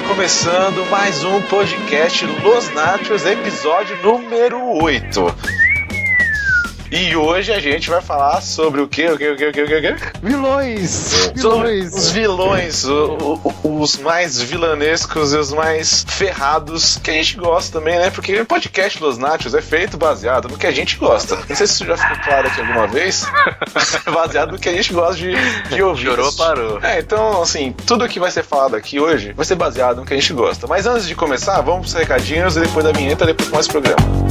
começando mais um podcast Los Nachos, episódio número 8. E hoje a gente vai falar sobre o quê? Vilões! Os vilões, os mais vilanescos e os mais ferrados que a gente gosta também, né? Porque o podcast Los Nachos é feito baseado no que a gente gosta. Não sei se isso já ficou claro aqui alguma vez. Baseado no que a gente gosta de ouvir. Chorou, parou. Então, assim, tudo que vai ser falado aqui hoje vai ser baseado no que a gente gosta. Mas antes de começar, vamos pros recadinhos e depois da vinheta, depois começa o programa.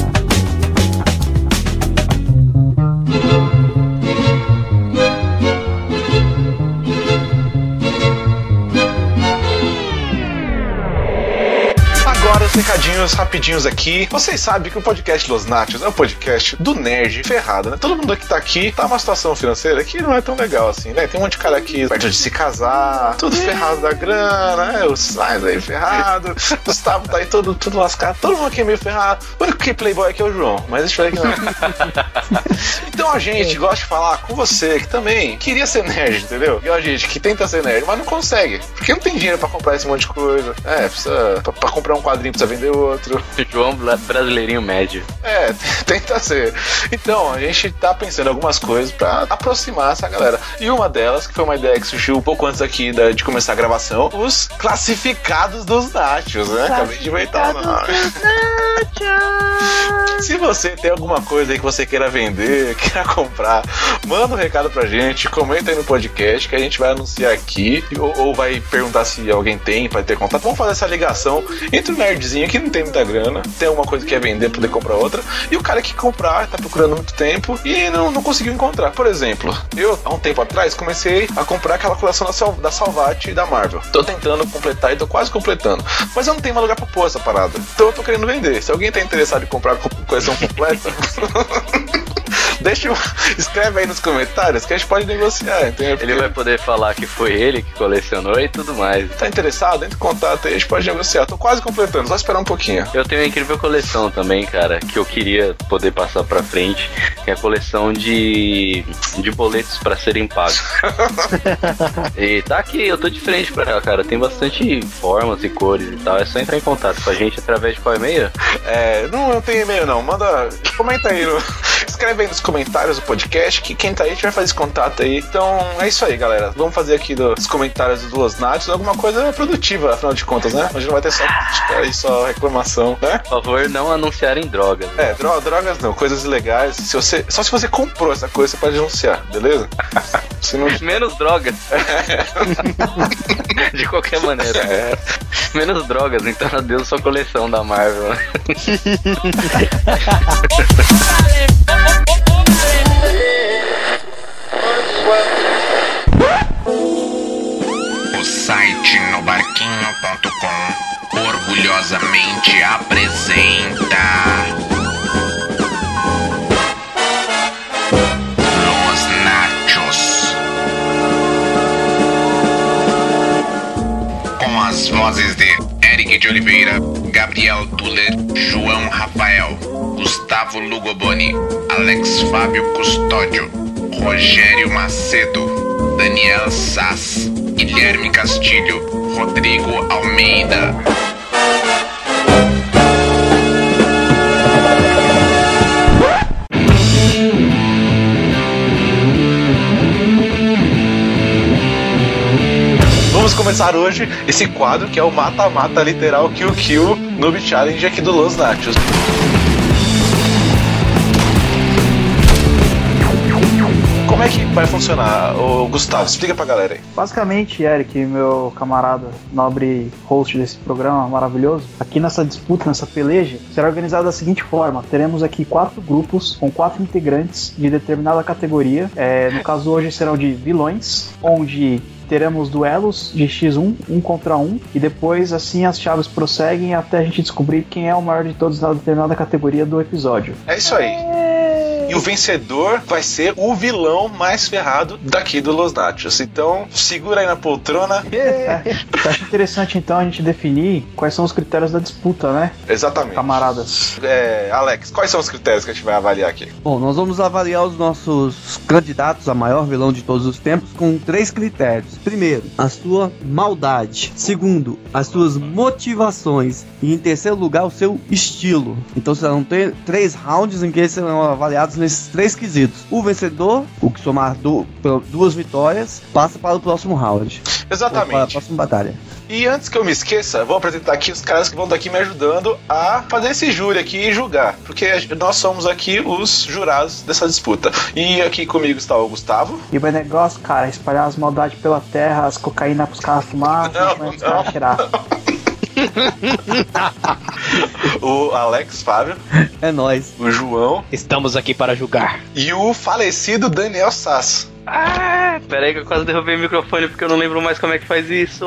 Recadinhos rapidinhos aqui. Vocês sabem que o podcast Los Nachos é o podcast do nerd ferrado, né? Todo mundo que tá aqui tá numa situação financeira que não é tão legal assim, né? Tem um monte de cara aqui perto de se casar, tudo ferrado da grana, né? O Sainz aí ferrado, o Gustavo tá aí todo lascado, todo mundo aqui é meio ferrado. O único que playboy aqui é o João, mas deixa eu ver aqui não. Então a gente gosta de falar com você que também queria ser nerd, entendeu? E a gente que tenta ser nerd, mas não consegue, porque não tem dinheiro pra comprar esse monte de coisa. Precisa pra comprar um quadrinho, precisa vender outro. João brasileirinho médio. Tenta ser. Então, a gente tá pensando em algumas coisas pra aproximar essa galera. E uma delas, que foi uma ideia que surgiu um pouco antes aqui de começar a gravação, os classificados dos Nachos, né? Acabei de inventar o nome. Se você tem alguma coisa aí que você queira vender, queira comprar, manda um recado pra gente, comenta aí no podcast que a gente vai anunciar aqui, ou vai perguntar se alguém tem pra ter contato. Vamos fazer essa ligação entre o nerdzinho que não tem muita grana, tem alguma coisa que quer vender, poder comprar outra, e o cara que comprar, tá procurando muito tempo e não conseguiu encontrar. Por exemplo, eu, há um tempo atrás, comecei a comprar aquela coleção da Salvat e da Marvel. Tô tentando completar e tô quase completando, mas eu não tenho mais lugar pra pôr essa parada, então eu tô querendo vender. Se alguém tá interessado em comprar a coleção completa escreve aí nos comentários que a gente pode negociar, entendeu? Ele vai poder falar que foi ele que colecionou e tudo mais. Tá interessado? Entra em contato aí, a gente pode negociar. Tô quase completando, só esperar um pouquinho. Eu tenho uma incrível coleção também, cara, que eu queria poder passar pra frente, que é a coleção de boletos pra serem pagos. E tá aqui, eu tô de frente pra ela, cara. Tem bastante formas e cores e tal. É só entrar em contato com a gente através de qual e-mail? Não tem e-mail não. Comenta aí escreve aí nos comentários do podcast que quem tá aí a gente vai fazer esse contato aí. Então é isso aí, galera. Vamos fazer aqui dos comentários dos Los Nachos alguma coisa produtiva, afinal de contas, né? A gente não vai ter só crítica e só reclamação, né? Por favor, não anunciarem drogas. Né? Drogas não, coisas ilegais. Só se você comprou essa coisa, você pode anunciar, beleza? Menos drogas. De qualquer maneira. Menos drogas, então adeus sua coleção da Marvel. O site nobarquinho.com orgulhosamente apresenta Los Nachos, com as vozes de Eric de Oliveira, Gabriel Tuller, João Rafael, Gustavo Lugoboni, Alex Fábio Custódio, Rogério Macedo, Daniel Sass, Guilherme Castilho, Rodrigo Almeida. Vamos começar hoje esse quadro que é o mata-mata literal kill Noob Challenge aqui do Los Nachos. Como é que vai funcionar, Gustavo? Explica pra galera aí. Basicamente, Eric, meu camarada, nobre host desse programa maravilhoso, aqui nessa disputa, nessa peleja, será organizado da seguinte forma: teremos aqui 4 grupos com 4 integrantes de determinada categoria. No caso hoje serão de vilões, onde teremos duelos de X1, 1 contra 1, e depois assim as chaves prosseguem até a gente descobrir quem é o maior de todos na determinada categoria do episódio. É isso aí. E o vencedor vai ser o vilão mais ferrado daqui do Los Nachos. Então, segura aí na poltrona. Eu acho interessante, então, a gente definir quais são os critérios da disputa, né? Exatamente. Camaradas. Alex, quais são os critérios que a gente vai avaliar aqui? Bom, nós vamos avaliar os nossos candidatos a maior vilão de todos os tempos com 3 critérios. Primeiro, a sua maldade. Segundo, as suas motivações. E em terceiro lugar, o seu estilo. Então serão 3 rounds em que serão avaliados nesses 3 quesitos. O vencedor, o que somar 2 vitórias, passa para o próximo round. Exatamente. Para a próxima batalha. E antes que eu me esqueça, vou apresentar aqui os caras que vão estar aqui me ajudando a fazer esse júri aqui e julgar. Porque nós somos aqui os jurados dessa disputa. E aqui comigo está o Gustavo. E o meu negócio, cara, é espalhar as maldades pela terra, as cocaína pros caras fumar, os caras cheirar. O Alex Fábio. É nóis. O João. Estamos aqui para julgar. E o falecido Daniel Sass. Pera aí que eu quase derrubei o microfone porque eu não lembro mais como é que faz isso.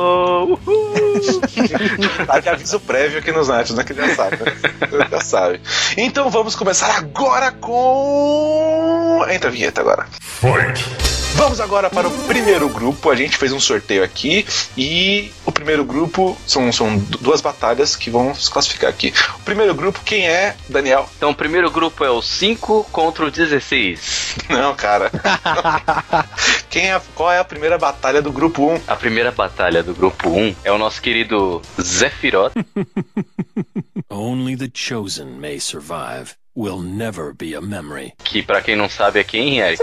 Tá de aviso prévio aqui nos Nachos, né? Que já sabe, né? Já sabe. Então vamos começar agora com... Entra a vinheta agora. Fight! Vamos agora para o primeiro grupo. A gente fez um sorteio aqui e o primeiro grupo são 2 batalhas que vão se classificar aqui. O primeiro grupo, quem é, Daniel? Então o primeiro grupo é o 5 contra o 16. Não, cara. Qual é a primeira batalha do grupo 1? A primeira batalha do grupo 1 é o nosso querido Zefirot. Only the chosen may survive. Will never be a memory. Que pra quem não sabe é quem, Eric?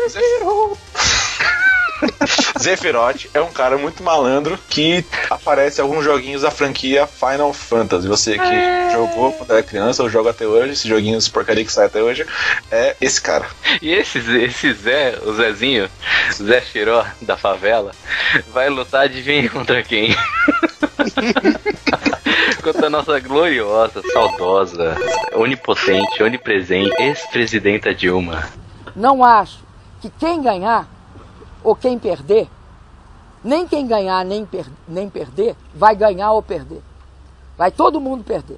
Zefirot é um cara muito malandro que aparece em alguns joguinhos da franquia Final Fantasy. Você que jogou quando era criança ou joga até hoje, esses joguinhos porcaria que sai até hoje, é esse cara. E esse Zé, o Zezinho, Zefirot da favela, vai lutar, adivinha contra quem? Contra a nossa gloriosa, saudosa, onipotente, onipresente ex-presidenta Dilma. Não acho que quem ganhar ou quem perder, nem quem ganhar nem perder, vai ganhar ou perder. Vai todo mundo perder.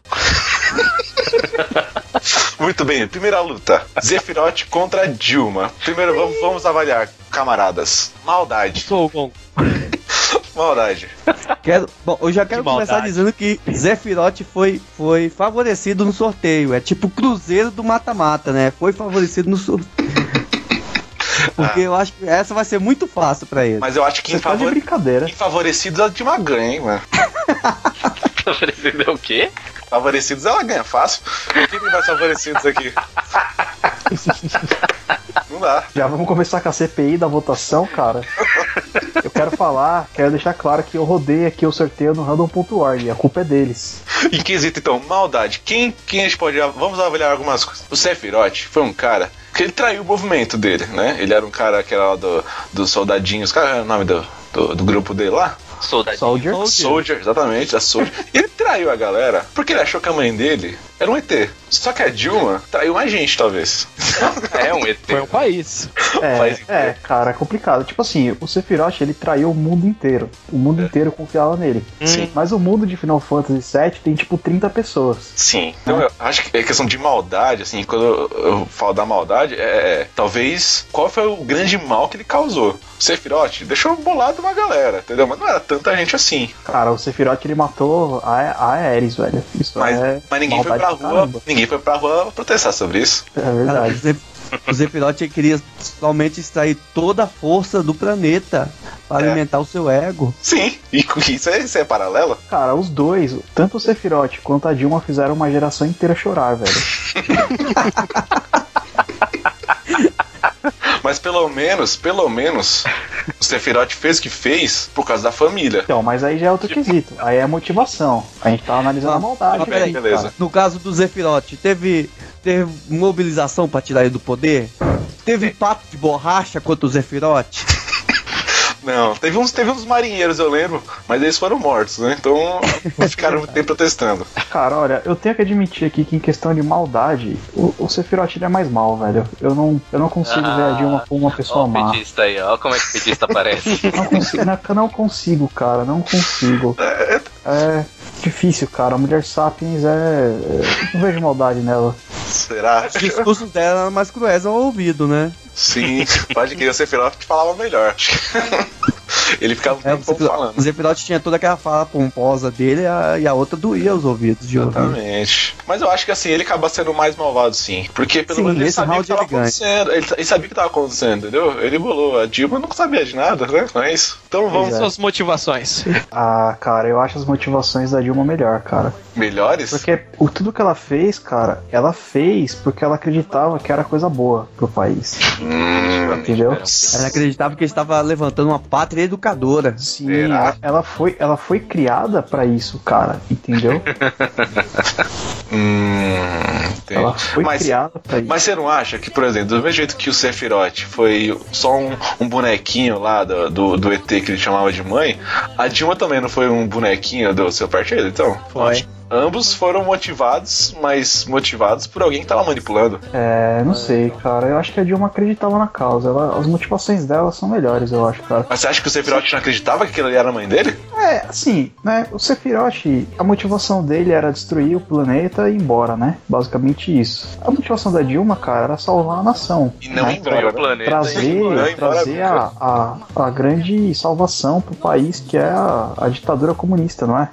Muito bem, primeira luta. Zefirot contra Dilma. Primeiro vamos avaliar, camaradas. Maldade. Sou bom. Maldade. Bom, eu já quero começar dizendo que Zefirot foi favorecido no sorteio. É tipo o Cruzeiro do mata-mata, né? Foi favorecido no sorteio. Porque eu acho que essa vai ser muito fácil pra ele. Mas eu acho que de brincadeira. Favorecidos a Dilma ganha, hein, mano. Favorecido é o quê? Favorecidos ela ganha fácil. Quem tem mais favorecidos aqui? Não dá. Já vamos começar com a CPI da votação, cara. Eu quero deixar claro que eu rodei aqui o sorteio no random.org, a culpa é deles. Em quesito, então, maldade. Quem a gente pode... Vamos avaliar algumas coisas. O Zefirot foi um cara que ele traiu o movimento dele, né? Ele era um cara que era lá dos soldadinhos. Qual era o nome do grupo dele lá? Soldier, exatamente, a Soldier. E ele traiu a galera porque ele achou que a mãe dele era um ET. Só que a Dilma traiu mais gente, talvez. É um ET. Foi um país. Cara, é complicado. Tipo assim, o Sephiroth, ele traiu o mundo inteiro. O mundo inteiro confiava nele. Sim. Mas o mundo de Final Fantasy VII tem tipo 30 pessoas. Sim. Então eu acho que é questão de maldade, assim, quando eu falo da maldade, talvez qual foi o grande mal que ele causou. O Sephiroth deixou bolado uma galera, entendeu? Mas não era tanta gente assim. Cara, o Sephiroth, ele matou a Ares, velho. Isso mas ninguém foi pra rua. Ninguém foi pra rua protestar sobre isso. É verdade. Cara, o Zefirot queria somente extrair toda a força do planeta para alimentar o seu ego. Sim, e isso é paralelo? Cara, os dois, tanto o Sephiroth quanto a Dilma, fizeram uma geração inteira chorar, velho. Mas pelo menos, o Sephiroth fez o que fez por causa da família. Então, mas aí já é outro quesito. Aí é a motivação. A gente tá analisando a maldade. Peraí, beleza. No caso do Zefirot, teve mobilização pra tirar ele do poder? Teve pato de borracha contra o Zefirot? Não, teve uns marinheiros, eu lembro, mas eles foram mortos, né? Então ficaram muito tempo protestando. Cara, olha, eu tenho que admitir aqui que em questão de maldade, o Sephiroth ele é mais mal, velho. Eu não consigo ver a Dilma como uma pessoa má. Ó o petista aí, ó como é que o petista aparece. Não consigo, cara, não consigo. É difícil, cara. A mulher Sapiens não vejo maldade nela. Será? Os discursos dela eram mais cruéis ao ouvido, né? Sim, pode que o Sephiroth falava melhor. Ele ficava um tempo falando. O Sephiroth tinha toda aquela fala pomposa dele e a outra doía os ouvidos de ouvir. Exatamente. Mas eu acho que assim, ele acaba sendo mais malvado, sim. Porque pelo menos ele sabia o que tava acontecendo. Ele sabia o que tava acontecendo, entendeu? Ele bolou. A Dilma não sabia de nada, né? Não é isso? Então vamos. Suas motivações. Ah, cara, eu acho as motivações da Dilma melhor, cara. Melhores? Porque tudo que ela fez, cara, ela fez porque ela acreditava que era coisa boa pro país. Entendeu? Ela acreditava que estava levantando uma pátria educadora. Sim, ela foi criada pra isso, cara. Entendeu? Ela foi criada pra isso. Mas você não acha que, por exemplo, do mesmo jeito que o Sephiroth foi só um bonequinho lá do ET que ele chamava de mãe, a Dilma também não foi um bonequinho do seu partido, então? Foi. Ambos foram motivados, mas motivados por alguém que tava manipulando. Não sei, cara. Eu acho que a Dilma acreditava na causa. As motivações dela são melhores, eu acho, cara. Mas você acha que o Sephiroth não acreditava que aquilo ali era a mãe dele? Assim, né? O Sephiroth, a motivação dele era destruir o planeta e ir embora, né? Basicamente isso. A motivação da Dilma, cara, era salvar a nação. E não embora o planeta. Trazer a grande salvação pro país, que é a ditadura comunista, não é?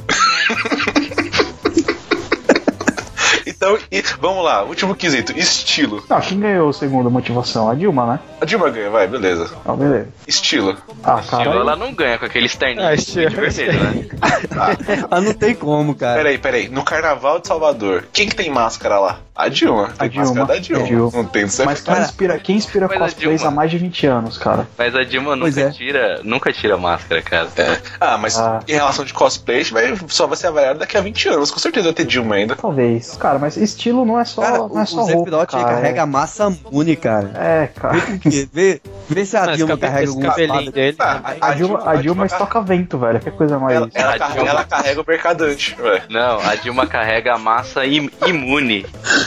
Então, vamos lá, último quesito, estilo. Não, quem ganhou a segunda motivação? A Dilma, né? A Dilma ganha, vai, beleza. Beleza. Estilo. Estilo ela não ganha com aquele sterninho de vermelho, né? Não tem como, cara. Peraí. No Carnaval de Salvador, quem que tem máscara lá? A Dilma. Tem máscara da Dilma. Não tem certo. Mas quem inspira cosplays há mais de 20 anos, cara? Mas a Dilma nunca tira máscara, cara. Mas em relação de cosplay, só vai ser avaliado daqui a 20 anos. Com certeza vai ter Dilma ainda. Talvez. Cara, mas estilo não é só, cara, não é só o roupa, Sephiroth carrega massa mune, cara. Cara. Vê se a Dilma carrega algum cabelinho dele. A Dilma estoca vento, velho. Que coisa mais... Ela carrega o mercadante, velho. Não, a Dilma carrega a massa imune.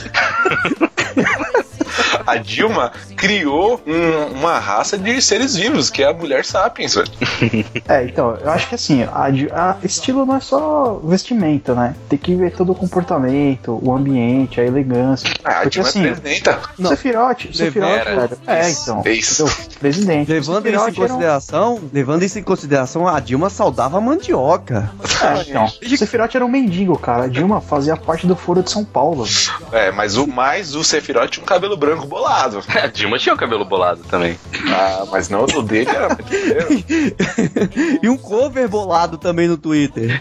A Dilma criou uma raça de seres vivos, que é a mulher sapiens, velho. Então, eu acho que assim, a estilo não é só vestimenta, né? Tem que ver todo o comportamento, o ambiente, a elegância. A Dilma assim, é presidenta. Sephiroth, velho. Então. Presidente. Levando isso em consideração, a Dilma saudava a mandioca. Então. O Sephiroth era um mendigo, cara. A Dilma fazia parte do Foro de São Paulo. Mas o Sephiroth tinha um cabelo branco bolado. A Dilma tinha o cabelo bolado também. Mas não, o dele era muito inteiro. E um cover bolado também no Twitter.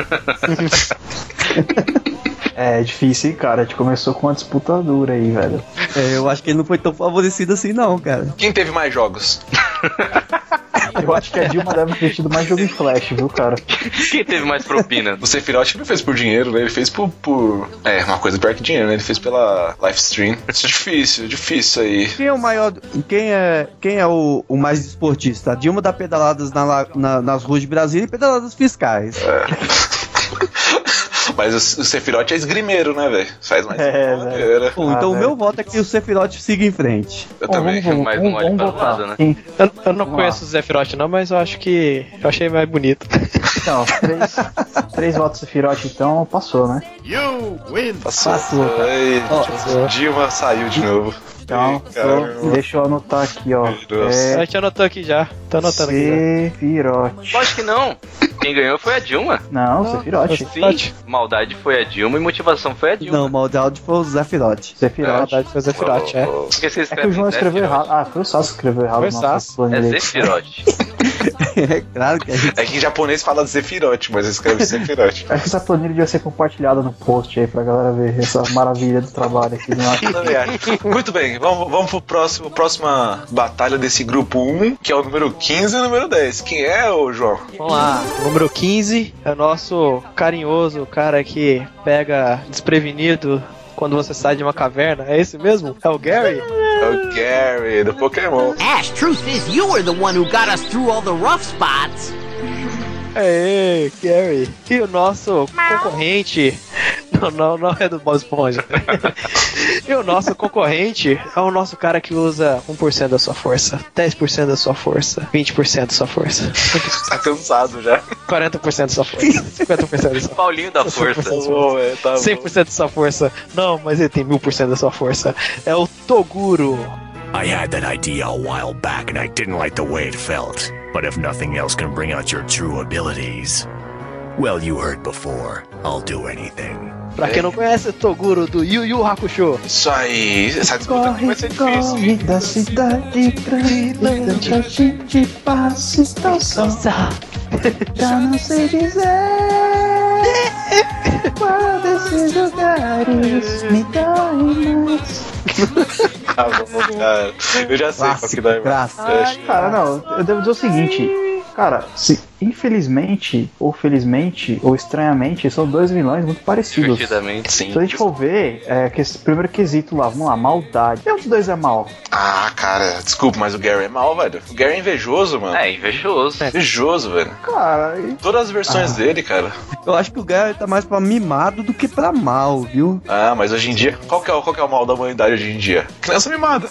É difícil, hein, cara. A gente começou com uma disputa dura aí, velho. Eu acho que ele não foi tão favorecido assim, não, cara. Quem teve mais jogos? Eu acho que a Dilma deve ter tido mais jogo em Flash, viu, cara? Quem teve mais propina? O Sephiroth não fez por dinheiro, né? Ele fez por... uma coisa pior que dinheiro, né? Ele fez pela live stream. Difícil aí. Quem é o maior... Quem é o mais esportista? A Dilma dá pedaladas nas ruas de Brasília e pedaladas fiscais. Mas o Sephiroth é esgrimeiro, né, velho? Faz mais. Então o meu voto é que o Sephiroth siga em frente. Eu também. Mas não olhe para o lado, né? Eu não conheço o Sephiroth, não, mas eu achei mais bonito. Então, 3 votos Sephiroth, então passou, né? Passou. Dilma saiu de novo. Então, deixa eu anotar aqui, ó. A gente anotou aqui já. Tô anotando aqui. Sephiroth. Lógico que não. Quem ganhou foi a Dilma. Não, Sephiroth. Sim, maldade foi a Dilma e motivação foi a Dilma. Não, maldade foi o Sephiroth. Maldade foi o Sephiroth, Porque você que o João escreveu errado. Foi o Sasso que escreveu errado. Foi Sasso. É Sephiroth. É claro que é que em japonês fala Sephiroth, mas escreve Sephiroth. Acho que essa planilha devia ser compartilhada no post aí pra galera ver essa maravilha do trabalho aqui. Muito bem, vamos pro próxima batalha desse grupo 1, que é o número 15 e o número 10. Quem é, ô João? Vamos lá, o número 15 é o nosso carinhoso cara que pega desprevenido quando você sai de uma caverna. É esse mesmo? É o Gary? É o Gary, do Pokémon. Ash, truth is you were the one who got us through all the rough spots. Aê, Gary. E o nosso concorrente... Não é do Bob Esponja. E o nosso concorrente é o nosso cara que usa 1% da sua força, 10% da sua força, 20% da sua força, Tá cansado já. 40% da sua força, 50% da sua força. Paulinho da força. 100% da sua força. Não, mas ele tem 1000% da sua força. É o Toguro. I had that idea a while back and I didn't like the way it felt. But if nothing else can bring out your true abilities, well, you heard before. I'll do anything. Pra quem não conhece, o Toguro do Yu Yu Hakusho. Isso aí, essa disputa vai ser difícil. Corre da cidade grande, tanta gente passa estação. Já não sei dizer qual desses lugares me dói mais. Tá bom, cara. Eu já sei qual que dá. Cara, não, eu devo dizer o seguinte. Cara, infelizmente, ou felizmente, ou estranhamente, são dois vilões muito parecidos. Divertidamente, sim. Se a gente for ver, que esse primeiro quesito lá, vamos lá, maldade. Quem dos dois é mal? Ah, cara, desculpa, mas o Gary é mal, velho. O Gary é invejoso, mano. É, invejoso. Invejoso, velho. Cara, Todas as versões dele, cara. Eu acho que o Gary tá mais pra mimado do que pra mal, viu? Ah, mas hoje em dia, qual que é o mal da humanidade hoje em dia? Criança mimada.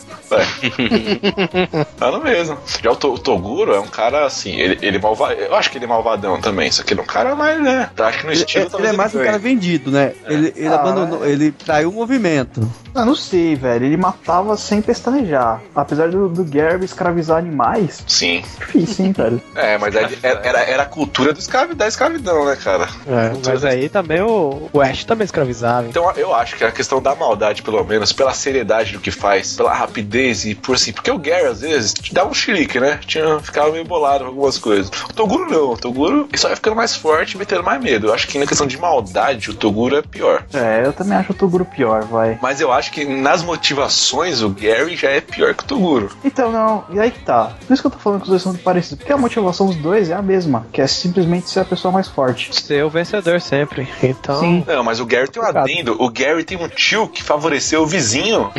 Tá no mesmo. Já o Toguro é um cara assim, ele malvado. Eu acho que ele é malvadão também. Só que ele é um cara mais, né? Acho que no estilo ele é mais um cara vendido, né? Ele abandonou, ele traiu o movimento. Eu não sei, velho. Ele matava sem pestanejar. Apesar do Gary escravizar animais. Sim. Difícil, hein, velho? É, mas era a cultura da escravidão, né, cara? Mas aí também o Ash também escravizava. Então eu acho que a questão da maldade, pelo menos, pela seriedade do que faz, pela rapidez e por assim. Porque o Gary, às vezes, te dava um chilique, né? Ficava meio bolado com algumas coisas. O Toguro não. O Toguro só ia ficando mais forte e metendo mais medo. Eu acho que na questão de maldade, o Toguro é pior. É, eu também acho o Toguro pior, vai. Mas eu acho que nas motivações o Gary já é pior que o Toguro. Então, não, e aí que tá. Por isso que eu tô falando que os dois são muito parecidos. Porque a motivação dos dois é a mesma, que é simplesmente ser a pessoa mais forte. Ser o vencedor sempre. Então. Sim. Não, mas o Gary tem um adendo. O Gary tem um tio que favoreceu o vizinho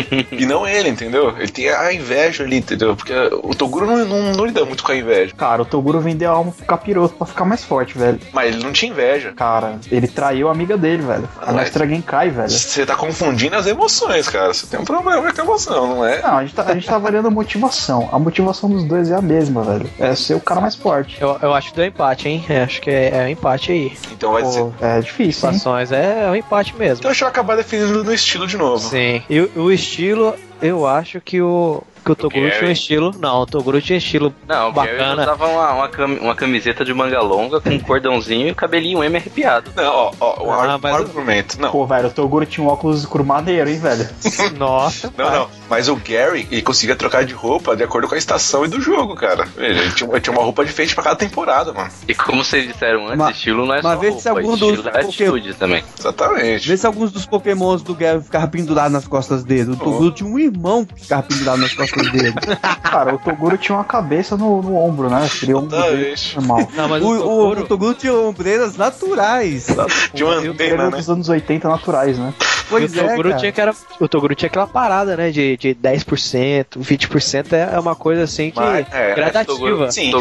e não ele, entendeu? Ele tem a inveja ali, entendeu? Porque o Toguro não lida muito com a inveja. Cara, o Toguro vendeu a alma pro capiroto pra ficar mais forte, velho. Mas ele não tinha inveja. Cara, ele traiu a amiga dele, velho. A Mestra Genkai, velho. Você tá confundindo as emoções, cara. Você tem um problema com a emoção, não é? Não, a gente tá avaliando a motivação. A motivação dos dois é a mesma, velho. É ser o cara mais forte. Eu acho que deu empate, hein? Acho que é um empate aí. Então vai ser. É difícil, hein? É um empate mesmo. Então deixa eu acabar definindo no estilo de novo. Sim. E o estilo, eu acho que o Toguro tinha um estilo. Não, o Toguro tinha estilo não, bacana. Eu usava uma camiseta de manga longa com um cordãozinho e cabelinho M arrepiado. Não, um argumento. Não. Pô, velho, o Toguro tinha um óculos escuro maneiro, hein, velho? Nossa. Não. Mas o Gary, ele conseguia trocar de roupa de acordo com a estação e do jogo, cara. Veja, ele tinha uma roupa diferente pra cada temporada, mano. E como vocês disseram antes, estilo não é só roupa, estilo é atitude também. Exatamente. Vê se alguns dos pokémons do Gary ficavam pendurados nas costas dele. O Toguro tinha um irmão que ficava pendurado nas costas dele. Cara, o Toguro tinha uma cabeça no ombro, né? Seria um normal. Não, mas o Toguro tinha ombreiras naturais. Tinha uma antena, né? Dos anos 80 naturais, né? Pois o Toguro tinha aquela parada, né? De 10%, 20% é uma coisa assim que gradativa. Sim,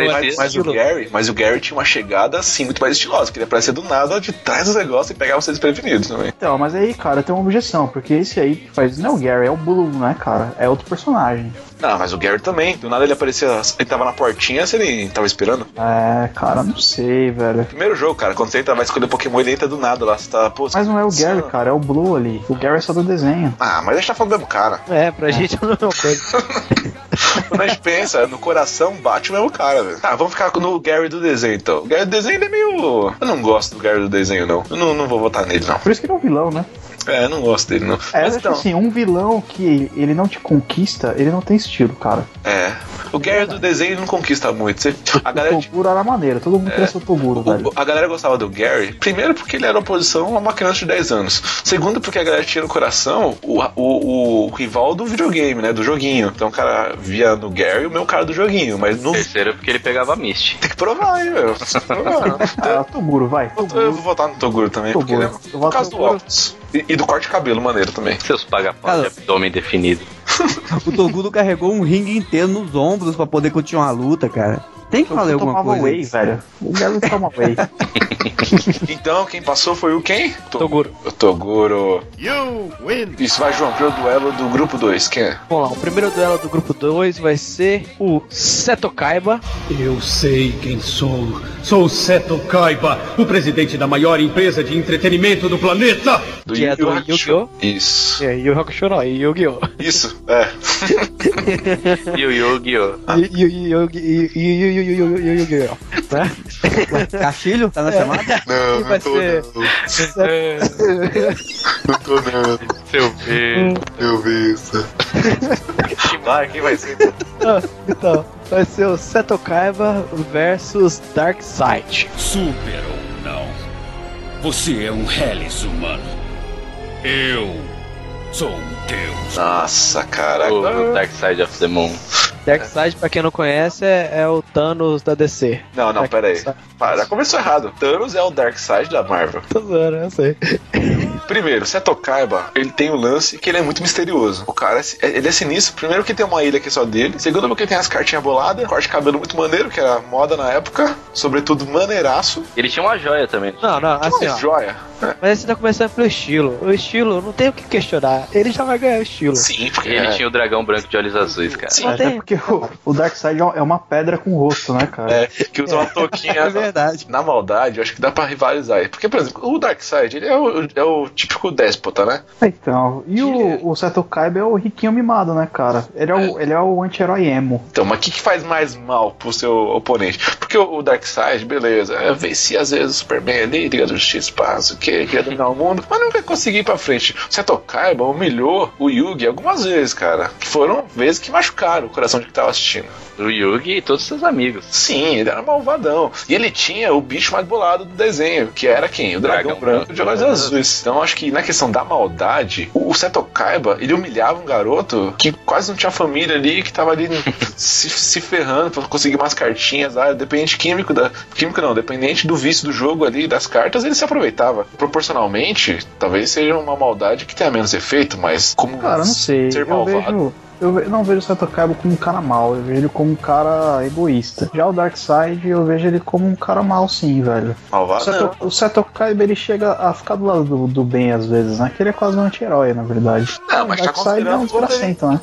mas o Gary tinha uma chegada assim muito mais estilosa, que ele aparecia do nada de trás dos negócios e pegava vocês desprevenidos também. Então, mas aí, cara, tem uma objeção, porque esse aí que faz não é o Gary, é o Blue, né, cara? É outro personagem. Não, mas o Gary também. Do nada ele aparecia, ele tava na portinha, se ele tava esperando. É, cara, não sei, velho. Primeiro jogo, cara, quando você vai escolher Pokémon, ele entra do nada lá, você tá, pô... Mas não é o Gary, cara, é o Blue ali. O Gary é só do desenho. Ah, mas a gente tá falando do mesmo cara. É, pra gente é a mesma coisa. Quando a gente pensa, no coração bate o mesmo cara, velho. Tá, vamos ficar no Gary do desenho, então. O Gary do desenho, ele é meio... Eu não gosto do Gary do desenho, não. Eu não vou votar nele, não. Por isso que ele é um vilão, né? É, eu não gosto dele, não. É, mas então, assim, um vilão que ele não te conquista, ele não tem estilo, cara. É. O Gary do desenho não conquista muito. O Toguro era maneiro, todo mundo queria ser o Toguro, velho. A galera gostava do Gary, primeiro porque ele era oposição a uma criança de 10 anos. Segundo porque a galera tinha no coração o rival do videogame, né, do joguinho. Então o cara via no Gary o meu cara do joguinho, mas no... Terceiro porque ele pegava Misty. Tem que provar, hein, velho. Toguro, vai. Eu vou votar no Toguro também, Toguro. porque por causa do óculos. E do corte de cabelo maneiro também. Seus paga-pau de abdômen definido. O Toguro carregou um ringue inteiro nos ombros pra poder continuar a luta, cara. Tem que falar alguma tomava coisa. whey, velho. O Gary toma whey. Então, quem passou foi o quem? Toguro. O Toguro. You win! Isso, vai, João, pro duelo do grupo 2. Quem é? Vamos lá, o primeiro duelo do grupo 2 vai ser o Seto Kaiba. Eu sei quem sou. Sou Seto Kaiba, o presidente da maior empresa de entretenimento do planeta. Que é do Yu-Gi-Oh! Isso. É, Yu Hakusho não, Yu-Gi-Oh! Isso, é. Yu-Gi-Oh! Yu-Gi-Oh! Né? Castilho, tá na chamada? Não, Vai ser... Não tô não. Seu filho. Meu Deus. Quem vai ser? Então, vai ser o Seto Kaiba versus Darkseid. Super ou não, você é um Hellis humano. Eu sou um deus. Nossa, caraca. O Dark Side of the Moon. Darkseid, pra quem não conhece, é o Thanos da DC. Não, pera aí. Para, começou errado. Thanos é o Darkseid da Marvel. Tô zoando, eu sei. Primeiro, Seto Kaiba, ele tem o lance que ele é muito misterioso. O cara, ele é sinistro. Primeiro que tem uma ilha que é só dele. Segundo porque tem as cartinhas boladas. Corte de cabelo muito maneiro, que era moda na época. Sobretudo maneiraço. Ele tinha uma joia também. Não, assim, ó. Joia. Mas você tá começando pelo estilo. O estilo, não tem o que questionar. Ele já vai ganhar o estilo. Sim, porque Ele tinha o dragão branco de olhos azuis, cara. Sim, Até porque o Darkseid é uma pedra com rosto, né, cara? É, que usa uma touquinha. É verdade. Na maldade, eu acho que dá pra rivalizar. Porque, por exemplo, o Darkseid, ele é o típico déspota, né? Então, e o Seto Kaiba é o riquinho mimado, né, cara? Ele é o anti-herói emo. Então, mas o que faz mais mal pro seu oponente? Porque o Darkseid, beleza, vencia às vezes o Superman ali, Liga da Justiça, o que, queria dominar o mundo, mas nunca conseguiu ir pra frente. O Seto Kaiba humilhou o Yugi algumas vezes, cara. Que foram vezes que machucaram o coração de quem tava assistindo. O Yugi e todos seus amigos. Sim, ele era malvadão. E ele tinha o bicho mais bolado do desenho, que era quem? O dragão branco de olhos azuis. Então, acho que na questão da maldade, o Seto Kaiba, ele humilhava um garoto que quase não tinha família ali, que tava ali se ferrando pra conseguir umas cartinhas lá, dependente dependente do vício do jogo ali, das cartas, ele se aproveitava. Proporcionalmente, talvez seja uma maldade que tenha menos efeito, mas como Cara, não sei. ser malvado. Eu não vejo o Seto Kaiba como um cara mau, eu vejo ele como um cara egoísta. Já o Darkseid, eu vejo ele como um cara mau, sim, velho. Malvado? O Seto Kaiba, ele chega a ficar do lado do bem às vezes, né? Que ele é quase um anti-herói, na verdade. Não, mas o Darkseid é um desgracento, né?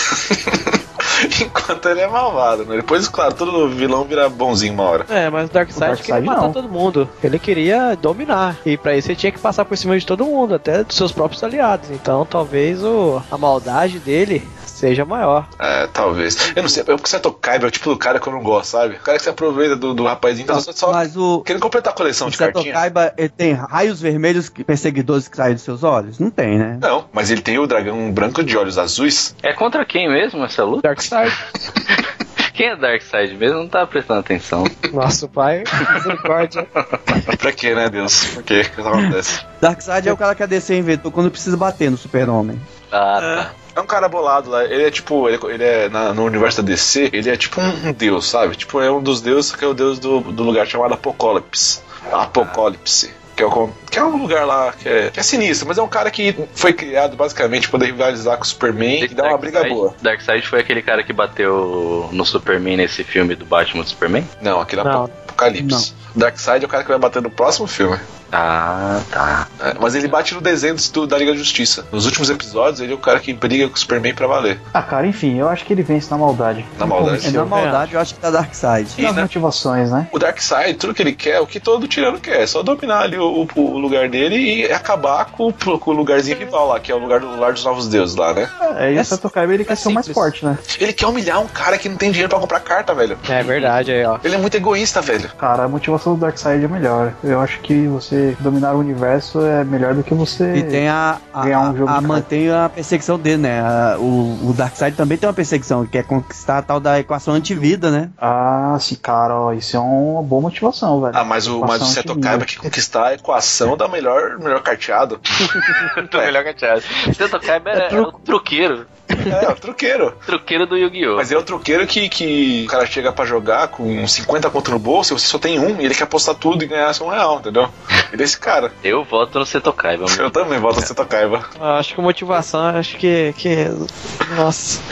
Enquanto ele é malvado, né? Depois, claro, todo vilão vira bonzinho uma hora. É, mas o Darkseid queria matar todo mundo. Ele queria dominar. E pra isso ele tinha que passar por cima de todo mundo, até dos seus próprios aliados. Então talvez a maldade dele seja maior. É, talvez. Eu não sei, porque o Seto Kaiba é o tipo do cara que eu não gosto, sabe? O cara que se aproveita do rapazinho, tá só querendo completar a coleção de cartinhas. O Seto Kaiba, ele tem raios vermelhos perseguidores que saem dos seus olhos? Não tem, né? Não, mas ele tem o dragão branco de olhos azuis. É contra quem mesmo essa luta? Darkseid. Quem é Darkseid mesmo? Não tava prestando atenção. Nosso pai, misericórdia. Pra quê, né, Deus? Por quê? O que acontece? Darkseid é o cara que a DC inventou quando precisa bater no Super-Homem. Ah, tá. É um cara bolado lá, ele é tipo, ele é no universo da DC, ele é tipo um deus, sabe? Tipo, é um dos deuses, que é o deus do lugar chamado Apocalipse. Que é um lugar lá que é sinistro, mas é um cara que foi criado basicamente pra poder rivalizar com o Superman e dar uma briga boa. Darkseid foi aquele cara que bateu no Superman nesse filme do Batman do Superman? Não, aquele é Apocalipse. Darkseid é o cara que vai bater no próximo filme. Ah, tá. É, mas ele bate no desenho da Liga da Justiça. Nos últimos episódios, ele é o cara que briga com o Superman pra valer. Ah, cara, enfim, eu acho que ele vence na maldade. Na maldade? Na maldade, eu acho que tá Darkseid. E as motivações, né? O Darkseid, tudo que ele quer, o que todo tirano quer, é só dominar ali o lugar dele e acabar com o lugarzinho rival lá, que é o lugar do Lar dos Novos Deuses lá, né? E o Seto Kaiba, ele quer ser o mais forte, né? Ele quer humilhar um cara que não tem dinheiro pra comprar carta, velho. É verdade, aí, ó. Ele é muito egoísta, velho. Cara, a motivação do Darkseid é melhor. Eu acho que você dominar o universo é melhor do que você E tem ganhar um jogo de mantém a perseguição dele, né? O Darkseid também tem uma perseguição, que é conquistar a tal da equação antivida, né? Ah, sim, cara, ó, isso é uma boa motivação, velho. Ah, mas o Seto Kaiba quer conquistar a equação da melhor carteado. Do melhor carteado. O Seto Kaiba é o truqueiro. É, o truqueiro. Truqueiro do Yu-Gi-Oh! Mas é o truqueiro que o cara chega pra jogar com 50 conto no bolso e você só tem um e ele quer apostar tudo e ganhar só R$1, entendeu? Ele é esse cara. Eu voto no Seto Kaiba. Eu também voto no Seto Kaiba. Acho que motivação, acho que... Nossa.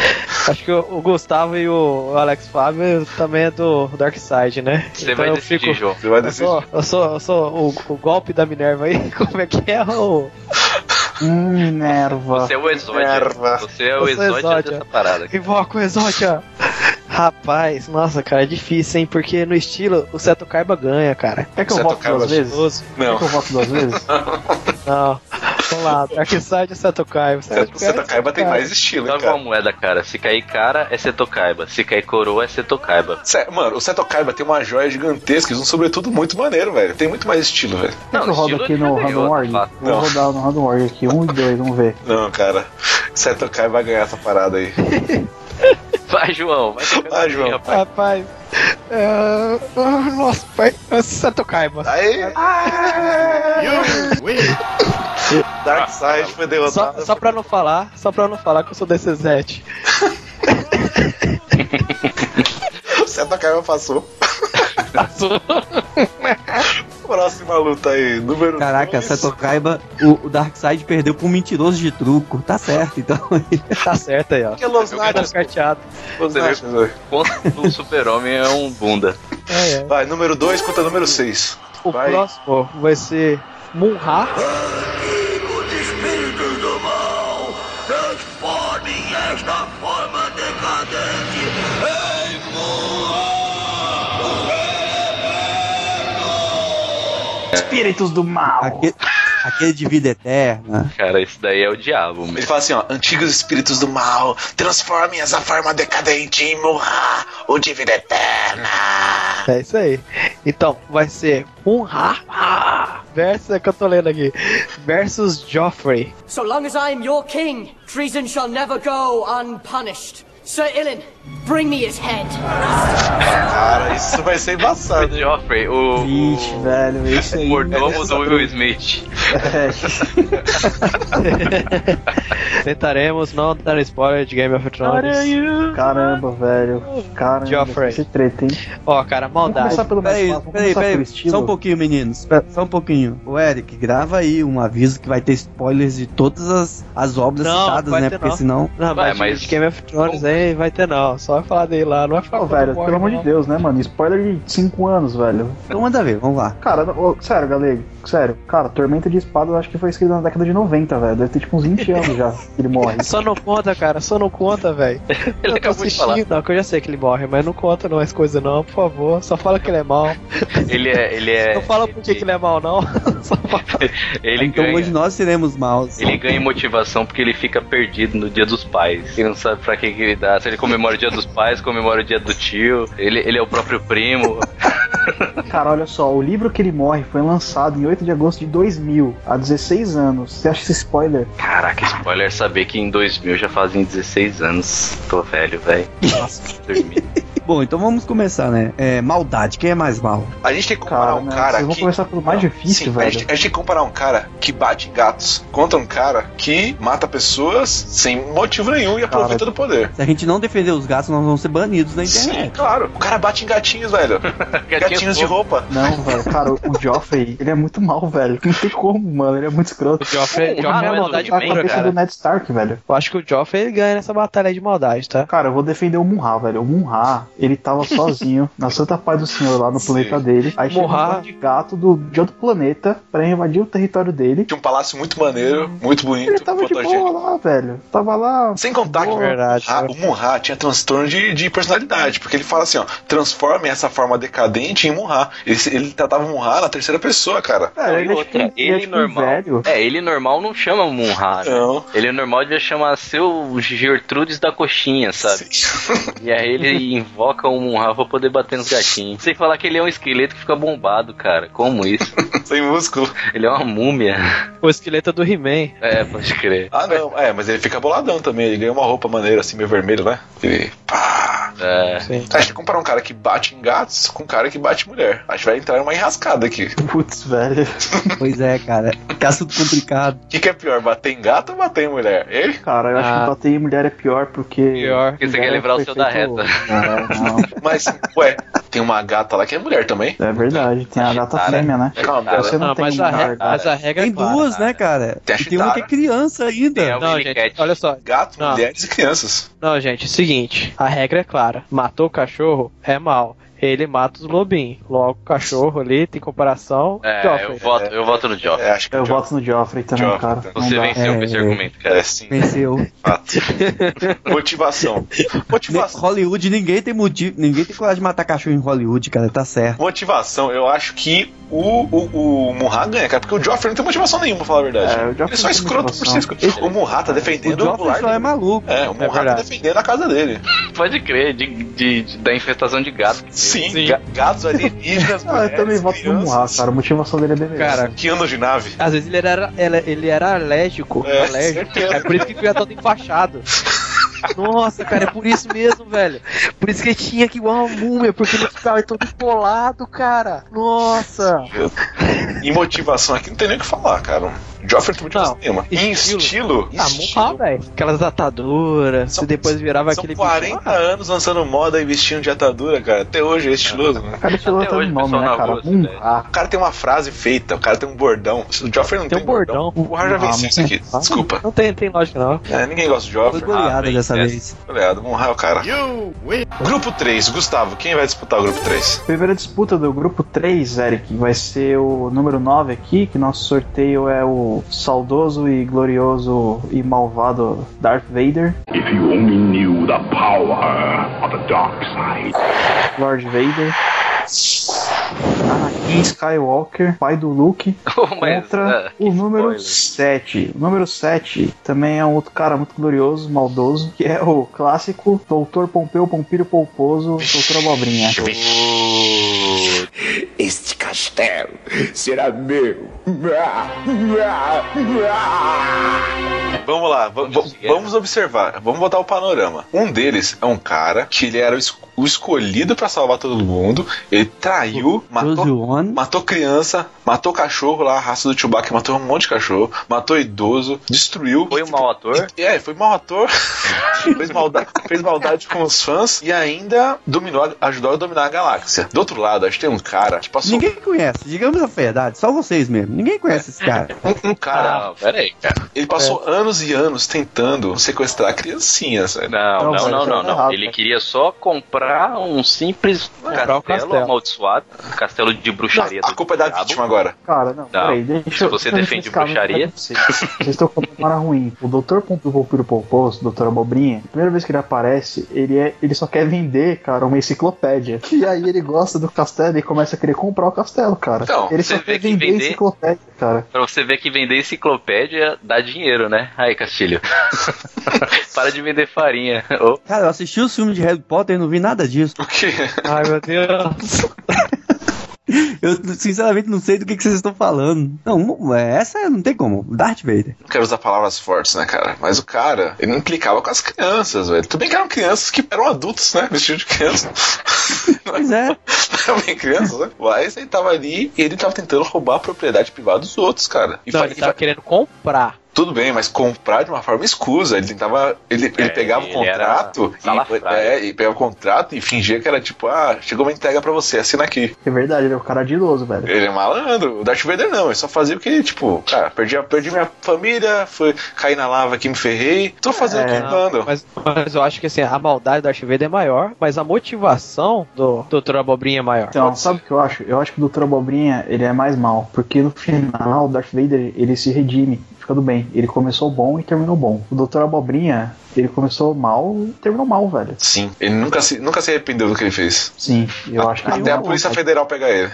Acho que o Gustavo e o Alex Fábio também é do Darkseid, né? Você vai decidir, João. Você vai decidir. Eu sou o golpe da Minerva aí. Como é que é o... Minerva. Você é o Exódia. Você é o Exódia dessa parada. Invoca o Exódia. Rapaz, nossa, cara, é difícil, hein? Porque no estilo, o Seto Kaiba ganha, cara. Quer que eu voto duas vezes? Não. Quer que eu voto duas vezes? Não. Vamos lá, Darkseid e Seto Kaiba. O Seto Kaiba tem mais estilo, hein, Joga cara. uma moeda, cara. Se cair cara, é Seto Kaiba. Se cair coroa, é Seto Kaiba. Mano, o Seto Kaiba tem uma joia gigantesca e um sobretudo muito maneiro, velho. Tem muito mais estilo, velho. Quer que eu rodo aqui no Random Org? Vou rodar no Random Org aqui, 1 e 2, vamos ver. Não, cara. Seto Kaiba vai ganhar essa parada aí. Vai, João. Vai, João. Rapaz. Nossa, pai. Seto Kaiba. Aí. Darkseid foi derrotado. Só pra não falar que eu sou DCZ. O Seto Kaiba passou. Próxima luta aí, número 2. Caraca, Seto Kaiba, o Darkseid perdeu pra um mentiroso de truco. Tá certo, então. Tá certo aí, ó. Que Los Natios carteado. O Super-Homem é um bunda. É. Vai, número 2 contra número 6. O próximo vai ser Mun-Ra. Amigos espíritos do mal, transformem esta forma decadente em Mun-Ra. Espíritos do mal. Aquele de vida eterna. Cara, isso daí é o diabo mesmo. Ele fala assim, ó: antigos espíritos do mal, transformem essa forma decadente em Mun-Ra, o de vida eterna. É isso aí. Então, vai ser Mun-Ra versus, é que eu tô lendo aqui, versus Joffrey. So long as I am your king, treason shall never go unpunished. Sir Ilyn, bring me his head. Cara, isso vai ser embaçado. O Joffrey, o... Vixe, velho, isso aí. O mordomo do Will Smith. Tentaremos não dar spoiler de Game of Thrones. Caramba, velho. Caramba, Joffrey. esse treta, hein? Ó, cara, maldade. Peraí, só um pouquinho, meninos. Só um pouquinho. O Eric, grava aí um aviso que vai ter spoilers de todas as obras citadas, né? Porque senão... Não, mas de Game of Thrones aí vai ter não. Só vai falar dele lá, não vai falar. Velho, pelo amor de Deus, né, mano? Spoiler de 5 anos, velho. Então manda ver, vamos lá. Cara, sério, galego. Sério, cara, Tormenta de Espada eu acho que foi escrito na década de 90, velho. Deve ter tipo uns 20 anos já que ele morre. Só não conta, cara, velho. Ele acabou de falar. Não, que eu já sei que ele morre, mas não conta não as coisas não, por favor. Só fala que ele é mal. Ele é... Não fala por que ele é mal, não. Só fala. Ele então ganha... hoje nós seremos maus. Ele ganha motivação porque ele fica perdido no Dia dos Pais. Ele não sabe pra que ele dá. Se ele comemora o Dia dos Pais, comemora o Dia do Tio. Ele é o próprio primo. Cara, olha só, o livro que ele morre foi lançado em 8 de agosto de 2000, há 16 anos. Você acha esse spoiler? Caraca, spoiler saber que em 2000 já fazem 16 anos. Tô velho, velho. Nossa, dormi. Bom, então vamos começar, né? Maldade, quem é mais mal? A gente tem que comparar um cara que... Vocês vão começar pelo mais difícil, sim, velho. A gente tem que comparar um cara que bate em gatos contra um cara que mata pessoas sem motivo nenhum e aproveita do poder. Se a gente não defender os gatos, nós vamos ser banidos na internet. Sim, claro. O cara bate em gatinhos, velho. Gatinhos de roupa. Não, velho, cara, o Joffrey, ele é muito mal, velho. Não tem como, mano. Ele é muito escroto. O Joffrey é maldade pura, cara. Do Ned Stark, velho. Eu acho que o Joffrey ele ganha nessa batalha aí de maldade, tá? Cara, eu vou defender o Mun-Ra, velho. O Mun-Ra, ele tava sozinho na Santa Paz do Senhor lá no planeta dele. Aí chegou um bando de gato de outro planeta pra invadir o território dele. Tinha um palácio muito maneiro, muito bonito. Ele tava de boa lá, velho. Tava lá. Sem contar que o Mun-Ra tinha transtorno de personalidade, porque ele fala assim, ó: transforme essa forma decadente em Mun-Ra. Ele tratava o Mun-Ra na terceira pessoa, cara. Ele normal. Velho. Ele normal não chama Mun-Ra, né? Não. Ele normal devia chamar seu Gertrudes da coxinha, sabe? E aí ele invoca o Mun-Ra pra poder bater nos gatinhos. Sem falar que ele é um esqueleto que fica bombado, cara. Como isso? Sem músculo. Ele é uma múmia. O esqueleto é do He-Man. É, pode crer. Ah, não. Mas ele fica boladão também. Ele ganha uma roupa maneira, assim, meio vermelho, né? Ele... Pá. A gente comparar um cara que bate em gatos com um cara que bate em mulher. A gente vai entrar em uma enrascada aqui. Putz, velho. Pois é, cara. Que assunto complicado. O que é pior, bater em gato ou bater em mulher? Ele? Cara, eu acho que bater em mulher é pior porque você quer livrar o seu da reta. Não. Mas, ué, tem uma gata lá que é mulher também. É verdade, tem a gata fêmea, né? Calma, Você não tem mas a regra Tem é clara, duas, né, cara? Tem a E tem uma que é criança ainda. Não, gente, olha só. Gato, mulheres e crianças. Não, gente, seguinte, a regra é clara. Matou o cachorro é mal. Ele mata os lobinhos. Logo, o cachorro ali tem comparação. Eu voto no Joffrey. Acho que eu voto no Joffrey também, cara. Você venceu com esse argumento, cara. Sim. Venceu. Fato. Motivação. Hollywood, ninguém tem motivo. Ninguém tem coragem de matar cachorro em Hollywood, cara. Tá certo. Motivação, eu acho que o Murra ganha, cara, porque o Joffrey não tem motivação nenhuma, pra falar a verdade. Ele é só escroto por ser. O Murra tá defendendo o Joffrey só é maluco. O Murra tá defendendo a casa dele. Pode crer, da infestação de gato. Sim. Gatos alienígenas. Eu também voto no Murra, cara. A motivação dele é bem melhor. Cara, que anos de nave? Às vezes ele era alérgico. É por isso que ele ia todo enfaixado. Nossa, cara, é por isso mesmo, velho. Por isso que ele tinha que igual uma múmia, porque ele ficava todo empolado, cara. Nossa. Em motivação aqui não tem nem o que falar, cara. Joffrey tem motivação nenhuma. Em estilo? Velho. Aquelas ataduras, e depois virava aquele. São 40 anos lançando moda e vestindo de atadura, cara. Até hoje é estiloso, né? O cara estiloso tá no nome, né, cara? O cara tem uma frase feita, o cara tem um bordão. O Joffrey não tem um bordão. O Murra já venceu isso aqui. Desculpa. Não tem lógica, não. Ninguém gosta do Joffrey. Foi goleada dessa vez. Goleado, Murra é o cara. Grupo 3, Gustavo, quem vai disputar o grupo 3? Primeira disputa do grupo 3, Eric, vai ser o número 9 aqui, que nosso sorteio é o saudoso e glorioso e malvado Darth Vader. If you only knew the power of the dark side. Lord Vader. Anakin Skywalker, pai do Luke, contra o número 7. O número 7 também é um outro cara muito glorioso, maldoso, que é o clássico Doutor Pompeu Pompírio Polposo, Doutor Abobrinha. Este castelo será meu. Vamos lá, vamos observar, vamos botar o panorama. Um deles é um cara que ele era o escolhido pra salvar todo mundo. Ele traiu, matou criança, matou cachorro lá, a raça do Chewbacca, matou um monte de cachorro, matou idoso, destruiu. Foi um mau ator? Foi mau ator. fez maldade com os fãs e ainda ajudou a dominar a galáxia. Do outro lado, acho que tem um cara que passou... Ninguém conhece, digamos a verdade, só vocês mesmo. Ninguém conhece esse cara. Um cara... Não, peraí, cara. Ele passou anos e anos tentando sequestrar criancinhas, velho. Não. Ele queria só comprar um simples castelo amaldiçoado, um castelo de bruxaria. A culpa é da vítima agora. Cara, não, peraí, se você defende bruxaria... Vocês estão falando para ruim. O Dr. Pompírio Polposo, Dr. Abobrinha, a primeira vez que ele aparece, ele só quer vender, cara, uma enciclopédia. E aí ele gosta do castelo e começa a querer comprar o castelo, cara. Então, ele só quer vender enciclopédia, cara. Pra você ver que vender enciclopédia dá dinheiro, né? Aí, Castilho. Para de vender farinha. Cara, eu assisti os filmes de Harry Potter e não vi nada disso. O quê? Ai, meu Deus. Eu sinceramente não sei do que vocês estão falando. Não, essa não tem como. Darth Vader. Não quero usar palavras fortes, né, cara? Mas o cara, ele não implicava com as crianças, velho. Tudo bem que eram crianças que eram adultos, né? Vestido de criança. Pois é. Não eram bem crianças, né? Mas ele tava ali e ele tava tentando roubar a propriedade privada dos outros, cara. Ele tava querendo comprar. Tudo bem, mas comprar de uma forma escusa. Ele tentava. Ele pegava o contrato e pegava o contrato e fingia que era tipo, chegou uma entrega pra você, assina aqui. É verdade, ele é um cara ardiloso, velho. Ele é malandro. O Darth Vader não, ele só fazia o que, tipo, cara, perdi minha família, caí na lava aqui, me ferrei. Tô fazendo o que mando. Mas eu acho que assim, a maldade do Darth Vader é maior, mas a motivação do Dr. Abobrinha é maior. Então, sabe o que eu acho? Eu acho que o Dr. Abobrinha, ele é mais mal, porque no final o Darth Vader, ele se redime. Ficando bem. Ele começou bom e terminou bom. O Dr. Abobrinha, ele começou mal e terminou mal, velho. Sim, ele nunca se arrependeu do que ele fez. Sim, eu acho que até a Polícia Federal pegar ele.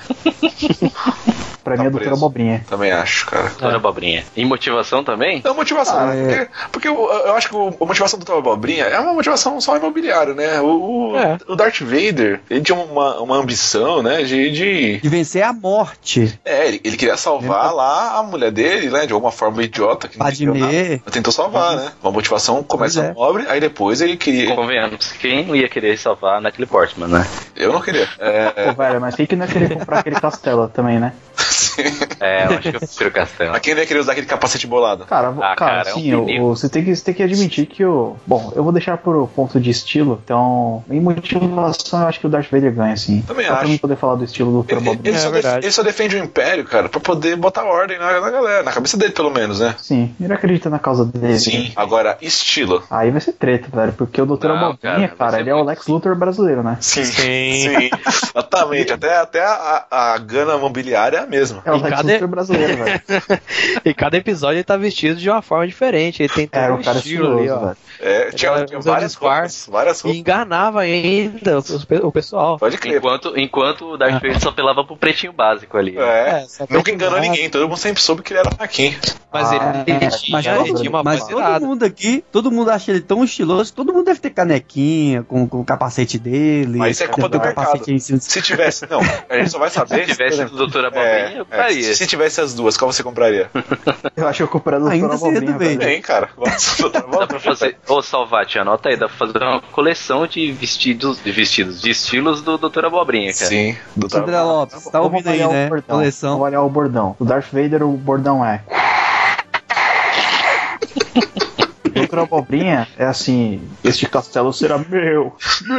Pra mim é Dr. Abobrinha. Também acho, cara. Dr. Abobrinha. E motivação também? Não, motivação. Porque eu acho que a motivação do Dr. Abobrinha é uma motivação só imobiliária, né? O Darth Vader, ele tinha uma ambição, né? De vencer a morte. Ele queria salvar lá a mulher dele, né? De alguma forma idiota, que Padmé. Tentou salvar, né? Uma motivação começa nobre, aí depois ele queria... Convenhamos, quem não ia querer salvar Natalie Portman, né? Eu não queria. Pô, velho, mas quem que não ia querer comprar aquele castelo também, né? Eu acho que eu prefiro o castelo. Mas quem não ia querer usar aquele capacete bolado? Cara, sim, você tem que admitir que o... Bom, eu vou deixar por ponto de estilo, então, em motivação, eu acho que o Darth Vader ganha, assim. Também só acho. Pra mim poder falar do estilo do Dr. Bob. Ele só defende o Império, cara, pra poder botar ordem na galera, na cabeça dele, pelo menos, né? Sim, ele acredita na causa dele. Sim, agora, estilo. Aí vai ser treta, velho, porque o Dr. Abobrinha, cara, ele é o Lex Luthor brasileiro, né? Sim. Exatamente, até a gana mobiliária é a mesma. É o Lex Luthor brasileiro, velho. E cada episódio ele tá vestido de uma forma diferente, ele tem todo um estilo ali, ó. Velho. Tinha várias roupas. E enganava ainda o pessoal. Pode crer. Enquanto o Darth Vader só apelava pro pretinho básico ali. Nunca enganou ninguém, todo mundo sempre soube que ele era Anakin. Mas ele tinha uma todo mundo acha ele tão estiloso, todo mundo deve ter canequinha com o capacete dele. Mas isso é culpa do mercado. Se tivesse, não, a gente só vai saber. Se tivesse o Dr. Abobrinha, eu compraria. Se tivesse as duas, qual você compraria? Eu acho que eu compraria o Dr. Abobrinha. Tem, cara. Dá pra fazer. Ô, Salvati, anota aí, dá pra fazer uma coleção de estilos do Dr. Abobrinha, cara. Sim, André Lopes, tá ouvindo aí, né? Coleção. Vou avaliar o bordão. O Darth Vader, o bordão é... Dr. Abobrinha é assim: este castelo será meu.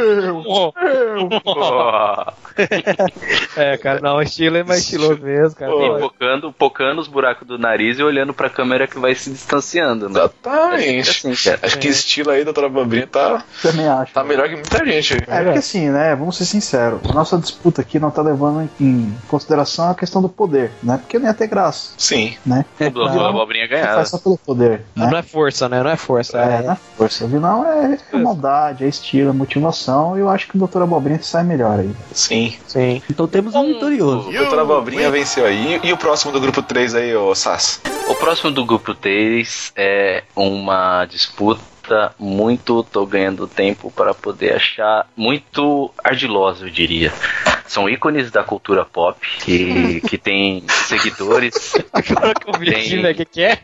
Cara, não, o estilo é mais estiloso mesmo, cara. E pocando os buracos do nariz e olhando pra câmera que vai se distanciando, né? Exatamente. Acho que esse estilo aí, Dr. Abobrinha, também acho. Tá melhor que muita gente. Porque assim, né, vamos ser sinceros, a nossa disputa aqui não tá levando em consideração a questão do poder, né? Porque não ia ter graça. Sim. Né? O Dr. Abobrinha ganhava. Faz só pelo poder. Né? Não é força, né? Não é força. Não é força. O vilão é maldade, é estilo, é motivação, e eu acho que o Dr. Abobrinha sai melhor aí. Sim. Então temos um vitorioso. O Dr. Abobrinha venceu aí. E o próximo do grupo 3 aí, ô Sass? O próximo do grupo 3 é uma disputa tô ganhando tempo para poder achar muito ardilosa, eu diria. São ícones da cultura pop que tem seguidores. Agora que eu vi, né? Que é?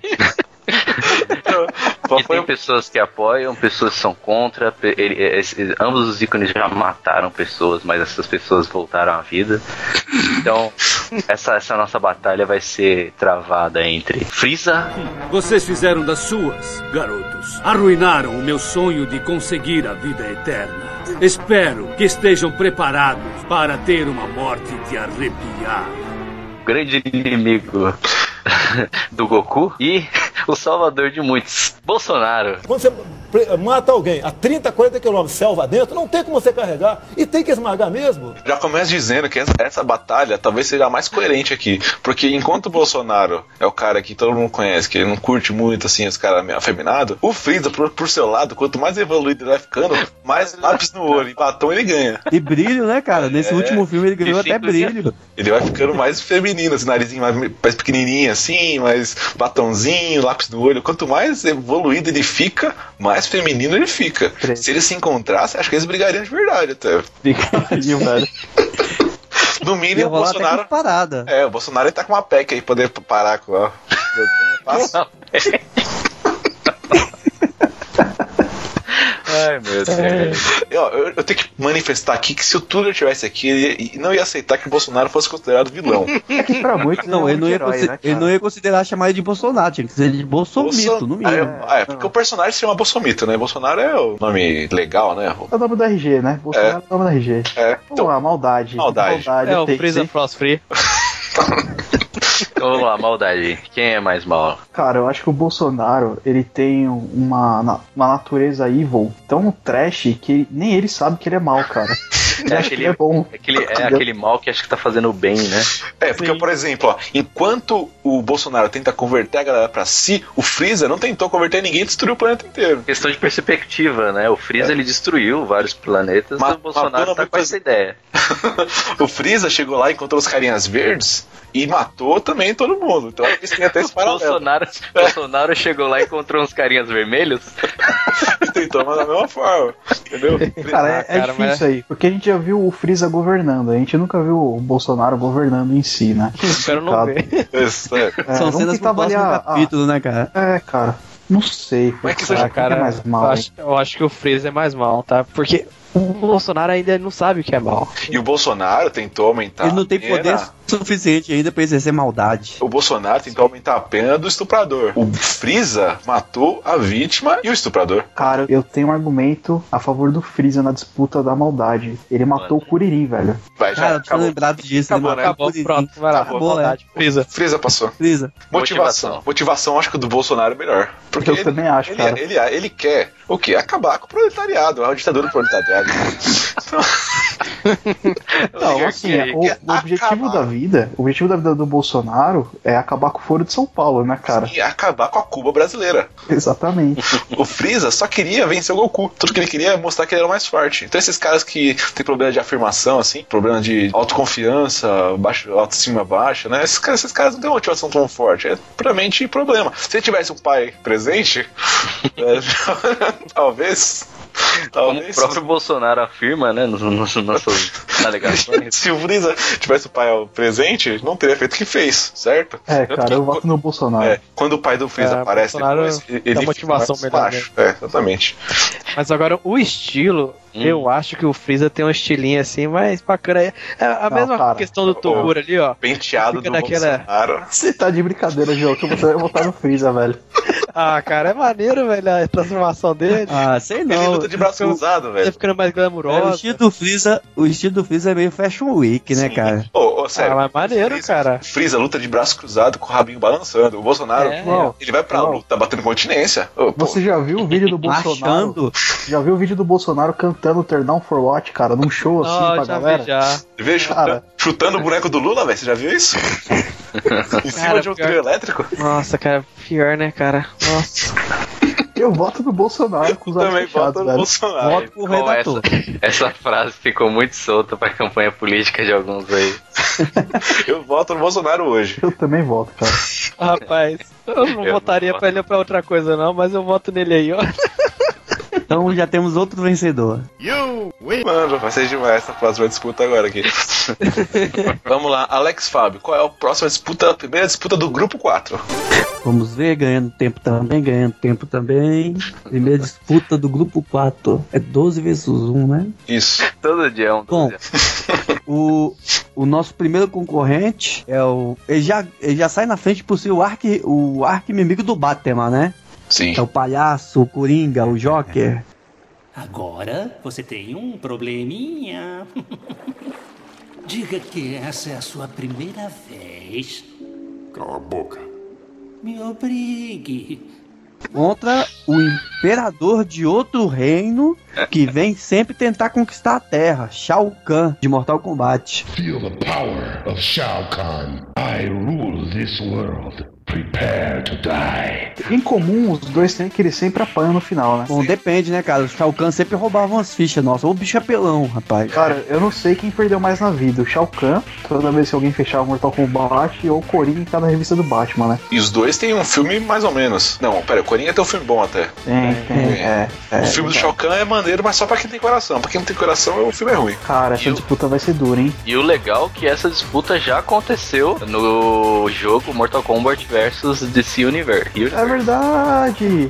E tem pessoas que apoiam, pessoas que são contra. Ambos os ícones já mataram pessoas, mas essas pessoas voltaram à vida. Então, essa nossa batalha vai ser travada entre Frieza. Vocês fizeram das suas, garotos. Arruinaram o meu sonho de conseguir a vida eterna. Espero que estejam preparados para ter uma morte de arrepiar. Grande inimigo do Goku e o salvador de muitos, Bolsonaro. Quando você mata alguém a 30, 40 km selva dentro, não tem como você carregar e tem que esmagar mesmo. Já começo dizendo que essa batalha talvez seja a mais coerente aqui, porque enquanto o Bolsonaro é o cara que todo mundo conhece, que ele não curte muito assim os caras meio afeminados, o Frieza, por seu lado, quanto mais evoluído ele vai ficando, mais lápis no olho e batom ele ganha. E brilho, né, cara? Nesse último filme ele ganhou até brilho. Ele vai ficando mais feminino, esse narizinho mais pequenininho assim, mais batonzinho, lápis no olho. Quanto mais evoluído ele fica, mais feminino ele fica. Se eles se encontrassem, acho que eles brigariam de verdade até. Brigariam, velho. No mínimo, o Bolsonaro. O Bolsonaro tá com uma PEC aí, poder parar com ela. Ai, meu Deus. Eu tenho que manifestar aqui que se o Túlio estivesse aqui, ele não ia aceitar que o Bolsonaro fosse considerado vilão. É que pra muitos não, ele não ia considerar chamar ele de Bolsonaro, tinha que ser de Bolsomito, no mínimo. Porque o personagem se chama Bolsomito, né? Bolsonaro é o nome legal, né? É o nome do RG, né? Bolsonaro é o nome do RG. Então, a maldade. É o Freeza Frost Free. Vamos lá, maldade. Quem é mais mal? Cara, eu acho que o Bolsonaro, ele tem uma natureza evil tão trash que nem ele sabe que ele é mal, cara. É bom. Aquele mal que acho que tá fazendo bem, né? Porque, por exemplo, enquanto o Bolsonaro tenta converter a galera pra si, o Freeza não tentou converter ninguém e destruiu o planeta inteiro. Questão de perspectiva, né? O Freeza ele destruiu vários planetas e o Bolsonaro tá com essa ideia. O Freeza chegou lá, encontrou os carinhas verdes e matou também todo mundo. Então eles têm até esse paralelo. Bolsonaro chegou lá e encontrou uns carinhas vermelhos e tentou mandar da mesma forma, entendeu? Cara, é difícil isso aí, porque a gente já viu o Freeza governando, a gente nunca viu o Bolsonaro governando em si, né? Espero não ver. São cenas pro próximo capítulo, né, cara? Cara, não sei. Mas que seja, cara, é mais mal. Eu acho que o Freeza é mais mal, tá? Porque o Bolsonaro ainda não sabe o que é mal. E o Bolsonaro tentou aumentar. Ele não tem poder suficiente ainda pra exercer maldade. O Bolsonaro tentou aumentar a pena do estuprador. O Freeza matou a vítima e o estuprador. Cara, eu tenho um argumento a favor do Freeza na disputa da maldade. Ele matou o Kuririn, velho. Vai, já. Cara, eu tô lembrado disso. Acabou, pronto, vai lá. Acabou, maldade. Freeza passou. Freeza. Motivação, acho que o do Bolsonaro é melhor. Porque eu também acho, cara. Ele quer o quê? Acabar com o proletariado. É uma ditadura do proletariado. Não, assim, o objetivo da vida do Bolsonaro é acabar com o Foro de São Paulo, né, cara? E acabar com a Cuba brasileira. Exatamente. O Freeza só queria vencer o Goku. Tudo que ele queria é mostrar que ele era o mais forte. Então esses caras que tem problema de afirmação, assim, problema de autoconfiança, autoestima baixa, né? Esses caras não têm uma motivação tão forte. É puramente problema. Se ele tivesse um pai presente, talvez... Como o próprio Bolsonaro afirma, né, nas nossas alegações. Se o Freeza tivesse o pai presente, não teria feito o que fez, certo? Cara, eu voto no Bolsonaro. Quando o pai do Freeza aparece depois, ele dá motivação fica mais melhor. baixo. Exatamente. Mas agora, o estilo, eu acho que o Freeza tem um estilinho assim, mais bacana. É a mesma questão do Toguro ali, ó. Penteado do Bolsonaro. Você tá de brincadeira, João, que você vai votar no Freeza, velho. Cara, é maneiro, velho, a transformação dele. Sei não. Ele luta de braço cruzado, velho. Tá ficando mais glamuroso. O estilo do Freeza é meio Fashion Week, né, cara? Sério. Mas maneiro, cara. Freeza luta de braço cruzado com o rabinho balançando. O Bolsonaro, ele vai pra luta batendo continência. Você já viu o vídeo do Bolsonaro? Já viu o vídeo do Bolsonaro cantando Turn Down for What, cara? Num show assim pra galera? Já. Vê chutando o boneco do Lula, velho? Você já viu isso? Em cima de um trio elétrico? Nossa, cara, pior, né, cara? Nossa. Eu voto no Bolsonaro com os olhos fechados, velho. Bolsonaro. Voto pro redator. Essa frase ficou muito solta pra campanha política de alguns aí. Eu voto no Bolsonaro hoje. Eu também voto, cara. Rapaz, eu não votaria pra ele pra outra coisa não, mas eu voto nele aí, ó. Então já temos outro vencedor. Mano, vai ser demais essa próxima disputa agora aqui. Vamos lá, Alex Fábio, qual é a próxima disputa, a primeira disputa do grupo 4? Vamos ver, ganhando tempo também. Primeira disputa do grupo 4. É 12 versus 1, né? Isso. Todo dia é um. Bom, o nosso primeiro concorrente é o... Ele já sai na frente por ser o arqui-inimigo do Batman, né? Sim. É o palhaço, o Coringa, o Joker. Agora você tem um probleminha. Diga que essa é a sua primeira vez. Cala a boca. Me obrigue. Contra o imperador de outro reino que vem sempre tentar conquistar a Terra, Shao Kahn, de Mortal Kombat. Feel the power of Shao Kahn. I rule this world. Prepare to die. Em comum, os dois têm que eles sempre apanham no final, né? Bom, depende, né, cara? O Shao Kahn sempre roubava umas fichas, nossa. Ô, bicho apelão, rapaz. Cara, eu não sei quem perdeu mais na vida. O Shao Kahn, toda vez que alguém fechava Mortal Kombat, ou o Coringa em cada revista do Batman, né? E os dois têm um filme mais ou menos. Não, pera, o Coringa tem um filme bom até. Tem. O filme do Shao Kahn é maneiro, mas só pra quem tem coração. Pra quem não tem coração, o filme é ruim. Cara, essa disputa vai ser dura, hein? E o legal é que essa disputa já aconteceu no jogo Mortal Kombat versus DC Universe. É verdade.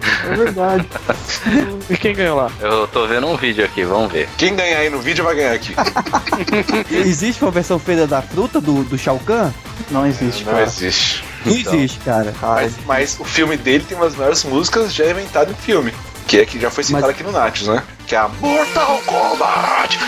E quem ganhou lá? Eu tô vendo um vídeo aqui, vamos ver. Quem ganhar aí no vídeo vai ganhar aqui. Existe uma versão feita da fruta do Shao Kahn? Não existe, cara. Não existe. Não existe, cara. Mas o filme dele tem umas melhores músicas já inventadas em filme. Que já foi citada aqui no Nachos, né? Que é a Mortal Kombat.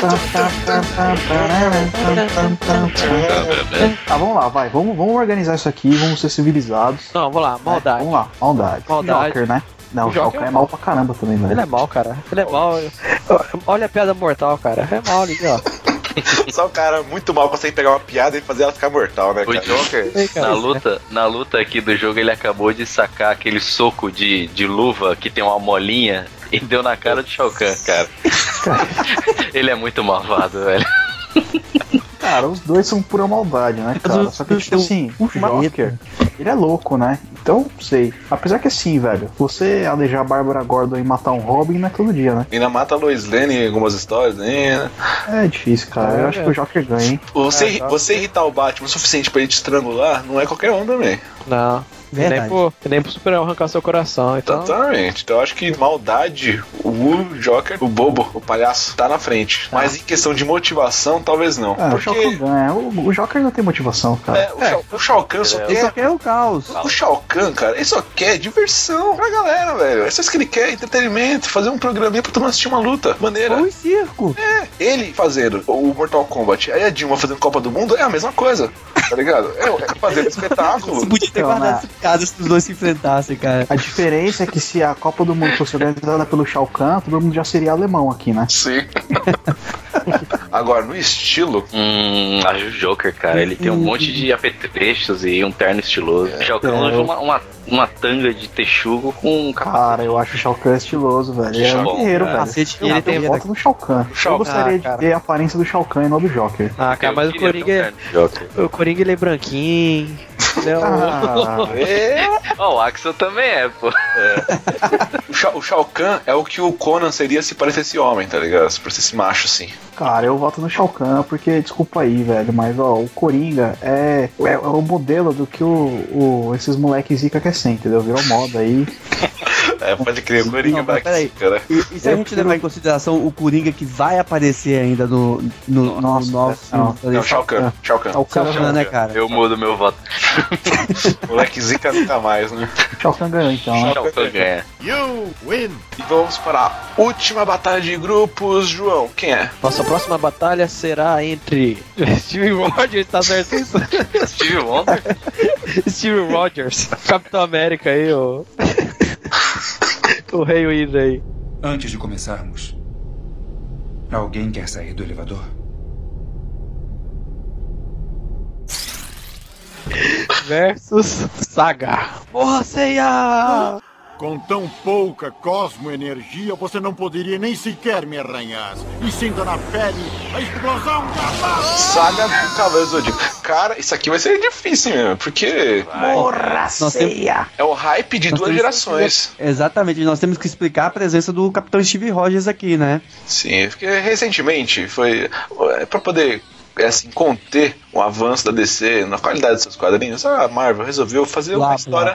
Tá, vamos lá, vai. Vamos organizar isso aqui, vamos ser civilizados. Não, vamos lá, maldade. Vamos lá, maldade. Joker, né? Não, o Shao Kahn é mal pra caramba também, velho. Ele é mal, cara. Ele é mal. Olha a piada mortal, cara. É mal ali, ó. Só o cara muito mal consegue pegar uma piada e fazer ela ficar mortal, né, cara? O Joker, na luta aqui do jogo, ele acabou de sacar aquele soco de luva que tem uma molinha e deu na cara do Shao Kahn, cara. Ele é muito malvado, velho. Cara, os dois são pura maldade, né, cara? Só que, tipo assim, o Joker, ele é louco, né? Então, não sei. Apesar que assim, velho, você alejar a Bárbara Gordon e matar um Robin não é todo dia, né? Ainda mata a Lois Lane em algumas histórias, né? É difícil, cara. Eu acho que o Joker ganha, hein? Você irritar o Batman o suficiente pra ele te estrangular, não é qualquer um também. Não. Nem pro Superman arrancar seu coração. Então... Exatamente. Então eu acho que maldade, o Joker, o bobo, o palhaço, tá na frente. Mas em questão de motivação, talvez não. O Shao Kahn ganha. O Joker não tem motivação, cara. O Shao Kahn só quer o caos. O Shao Kahn, cara, ele só quer diversão pra galera, velho. É só isso que ele quer, entretenimento, fazer um programinha pra tomar assistir uma luta maneira. Ou em circo. Ele fazendo o Mortal Kombat, aí a Dilma fazendo Copa do Mundo, é a mesma coisa, tá ligado? É fazer espetáculo. Você podia ter guardado esse caso se os dois se enfrentassem, cara. A diferença é que se a Copa do Mundo fosse organizada pelo Shao Kahn, todo mundo já seria alemão aqui, né? Sim. Agora, no estilo... acho o Joker, cara, ele tem um monte de apetrechos e um terno estiloso. O Shao Kahn usa uma tanga de texugo com um Cara, eu acho o Shao Kahn estiloso, velho. Ele é um guerreiro, velho. Ele tem voto no Shao Kahn. Eu gostaria de ter a aparência do Shao Kahn e não do Joker. Ah, cara, mas o Coringa o Coringa ele é branquinho. O Axel também é, pô. O Shao Kahn é o que o Conan seria se parecesse homem, tá ligado? Se parecesse macho, assim. Cara, eu voto no Shao Kahn porque, desculpa aí, velho, mas ó, o Coringa é o modelo do que esses moleques zica quer ser, entendeu? Virou moda aí. Pode crer, o Coringa vai aqui, cara. E se a gente levar em consideração o Coringa que vai aparecer ainda no nosso... Não, Shao Kahn. Shao Kahn, né, cara? Eu mudo meu voto. Moleque zica nunca mais, né? Shao Kahn ganhou, então. Shao Kahn ganha. You win! E vamos para a última batalha de grupos, João. Quem é? Nossa próxima batalha será entre Steve Rogers, tá certo isso? Steve Wonder? Steve Rogers, Capitão América aí, o Rei Hydra aí. Antes de começarmos, alguém quer sair do elevador? Versus Saga. Porra, Seiya! Com tão pouca cosmoenergia, você não poderia nem sequer me arranhar. E sinta na pele a explosão da Saga do Cavaleiro Zodíaco. Cara, isso aqui vai ser difícil mesmo, porque... Porra, Seiya! É o hype de duas gerações. Exatamente, nós temos que explicar a presença do Capitão Steve Rogers aqui, né? Sim, porque recentemente foi... pra poder... assim, conter o avanço da DC na qualidade dos seus quadrinhos, a Marvel resolveu fazer uma história...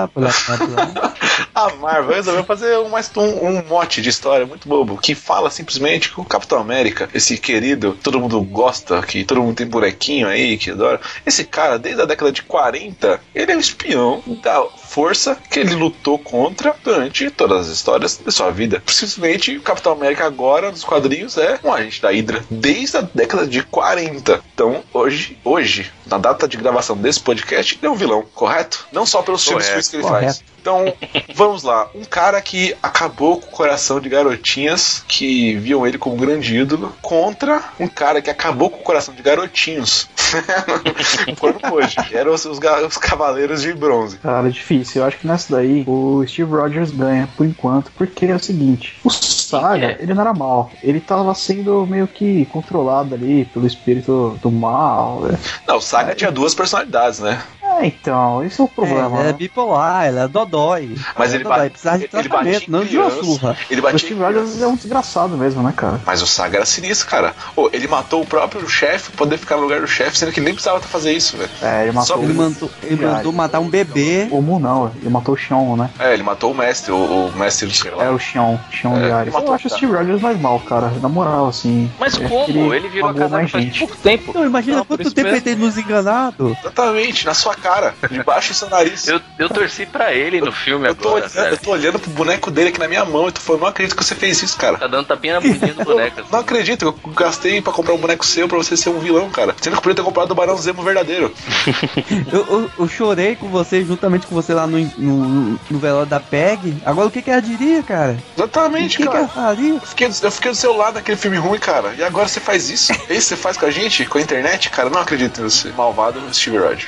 A Marvel resolveu fazer um mote de história muito bobo, que fala simplesmente que o Capitão América, esse querido, todo mundo gosta, que todo mundo tem bonequinho aí, que adora, esse cara, desde a década de 40, ele é um espião da força que ele lutou contra durante todas as histórias da sua vida. Simplesmente, o Capitão América agora, nos quadrinhos, é um agente da Hydra, desde a década de 40. Então, hoje, na data de gravação desse podcast, ele é um vilão, correto? Não só pelos filmes que ele faz. Então, vamos lá. Um cara que acabou com o coração de garotinhas que viam ele como um grande ídolo contra um cara que acabou com o coração de garotinhos. Hoje. Eram os Cavaleiros de Bronze. Cara, difícil. Eu acho que nessa daí o Steve Rogers ganha por enquanto, porque é o seguinte: o Saga, ele não era mal. Ele tava sendo meio que controlado ali pelo espírito do mal. Não, o Saga tinha duas personalidades, né? Então, esse é o problema. Ele é bipolar, ele é dodói. Mas ele precisa de tratamento, não de uma surra. O Steve Rogers é um desgraçado mesmo, né, cara? Mas o Saga era sinistro, cara. Ele matou o próprio chefe pra poder ficar no lugar do chefe, sendo que ele nem precisava fazer isso, velho. Ele mandou matar um bebê. O Mu não, ele matou o Xion, né? Ele matou o mestre, o mestre do sei lá. O Xion Yari. Eu acho o Steve Rogers mais mal, cara. Na moral, assim. Mas como? Ele virou a casaca faz pouco tempo. Não, imagina quanto tempo ele tem nos enganado. Exatamente, na sua cara, debaixo do seu nariz. Eu torci pra ele no filme agora. Eu tô olhando pro boneco dele aqui na minha mão e tô falando, não acredito que você fez isso, cara. Tá dando tapinha na bundinha do boneco. Não acredito, eu gastei pra comprar um boneco seu pra você ser um vilão, cara. Sendo que eu podia ter comprado o Barão Zemo verdadeiro. eu chorei com você, juntamente com você lá no velório da PEG. Agora o que ela diria, cara? Exatamente, cara. O que ela faria? Eu fiquei do seu lado naquele filme ruim, cara. E agora você faz isso? É isso que você faz com a gente? Com a internet? Cara, não acredito em você. Malvado Steve Rogers.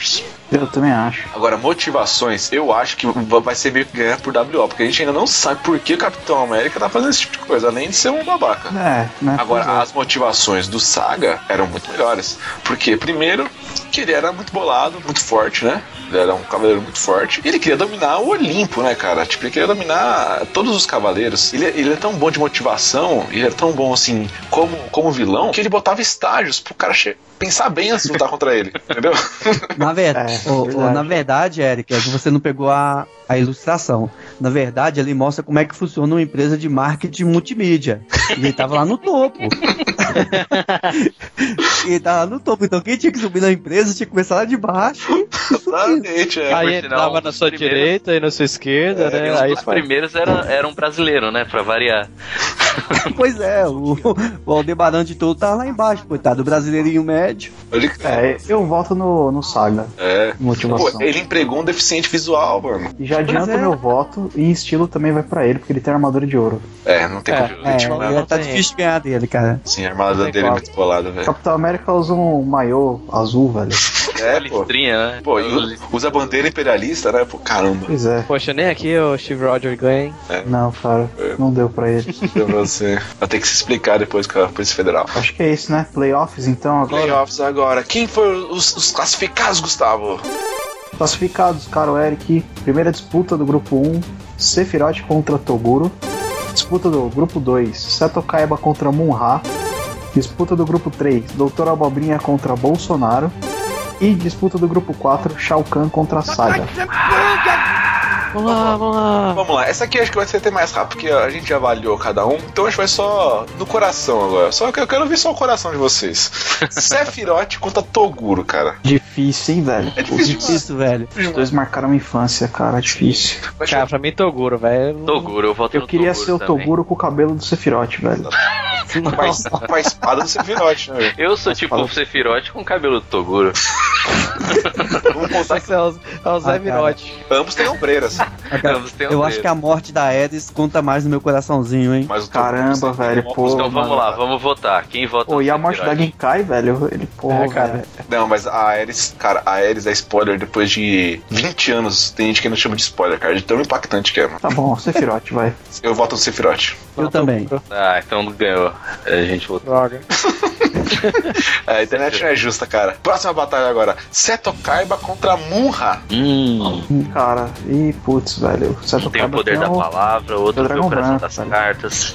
Eu também acho. Agora, motivações, eu acho que vai ser meio que ganhar por WO, porque a gente ainda não sabe por que o Capitão América tá fazendo esse tipo de coisa, além de ser um babaca. Né? Agora, as motivações do Saga eram muito melhores. Porque, primeiro, que ele era muito bolado, muito forte, né? Ele era um cavaleiro muito forte. E ele queria dominar o Olimpo, né, cara? Tipo, ele queria dominar todos os cavaleiros. Ele é tão bom de motivação, ele é tão bom, assim, como vilão, que ele botava estágios pro cara pensar bem antes de lutar contra ele, entendeu? Na verdade, Eric, é que você não pegou a ilustração. Na verdade, ele mostra como é que funciona uma empresa de marketing multimídia. E ele tava lá no topo. Ele tava lá no topo. Então quem tinha que subir na empresa tinha que começar lá de baixo. Exatamente, Aí entrava na sua direita e na sua esquerda, né? Aí os primeiros eram brasileiros, né? Pra variar. Pois é, o Aldebaran de todo tava lá embaixo, coitado, o brasileirinho médio. Eu voto no Saga. Motivação. Pô, ele empregou um deficiente visual, mano. E já adianta meu voto, e em estilo também vai pra ele, porque ele tem armadura de ouro. Não tem como. Tá difícil de ganhar dele, cara. Sim, a armadura dele é muito bolada, velho. Capitão América usa um maiô azul, velho. Pô. Né? Pô, e usa a bandeira imperialista, né? Pô, caramba. Pois é. Poxa, nem aqui o Steve Rogers ganha, hein? Não, cara, não deu pra ele. Deu pra você. Vai ter que se explicar depois com a Polícia Federal. Acho que é isso, né? Playoffs, então, agora. Playoffs agora. Quem foram os classificados, Gustavo? Classificados, caro Eric. Primeira disputa do grupo 1, Sephiroth contra Toguro. Disputa do grupo 2, Seto Kaiba contra Munra. Disputa do grupo 3, Doutor Abobrinha contra Bolsonaro. E disputa do grupo 4, Shao Kahn contra Saga. Vamos lá. Essa aqui acho que vai ser até mais rápido, porque a gente já avaliou cada um. Então a gente vai só no coração agora. Só que eu quero ver só o coração de vocês. Sephiroth contra Toguro, cara. Difícil, hein, velho? É difícil, velho. Os dois marcaram minha infância, cara. Difícil. Cara, pra mim, Toguro, velho. Toguro, eu voto no Toguro. Eu queria ser o Toguro com o cabelo do Sephiroth, velho. Com a espada do Sephiroth, né? Eu sou tipo o Sephiroth com o cabelo do Toguro. Vamos contar que é o Zé Virote. Ambos têm ombreiras. Eu acho que a morte da Ares conta mais no meu coraçãozinho, hein? Mas caramba, velho, pô. Então vamos lá, vamos votar. Quem vota no e a morte da Genkai, velho? Ele, porra, cara. Não, mas a Ares, cara, a Ares é spoiler depois de 20 anos. Tem gente que não chama de spoiler, cara, de tão impactante que é, mano. Tá bom, Sephiroth, vai. Eu voto no Sephiroth. Eu também. Ah, então ganhou. A gente votou. Droga. A internet não é justa, cara. Próxima batalha agora. Seto Kaiba contra Munra. Cara, e putz, velho. Um tem o poder da palavra, outro tem o coração das cartas.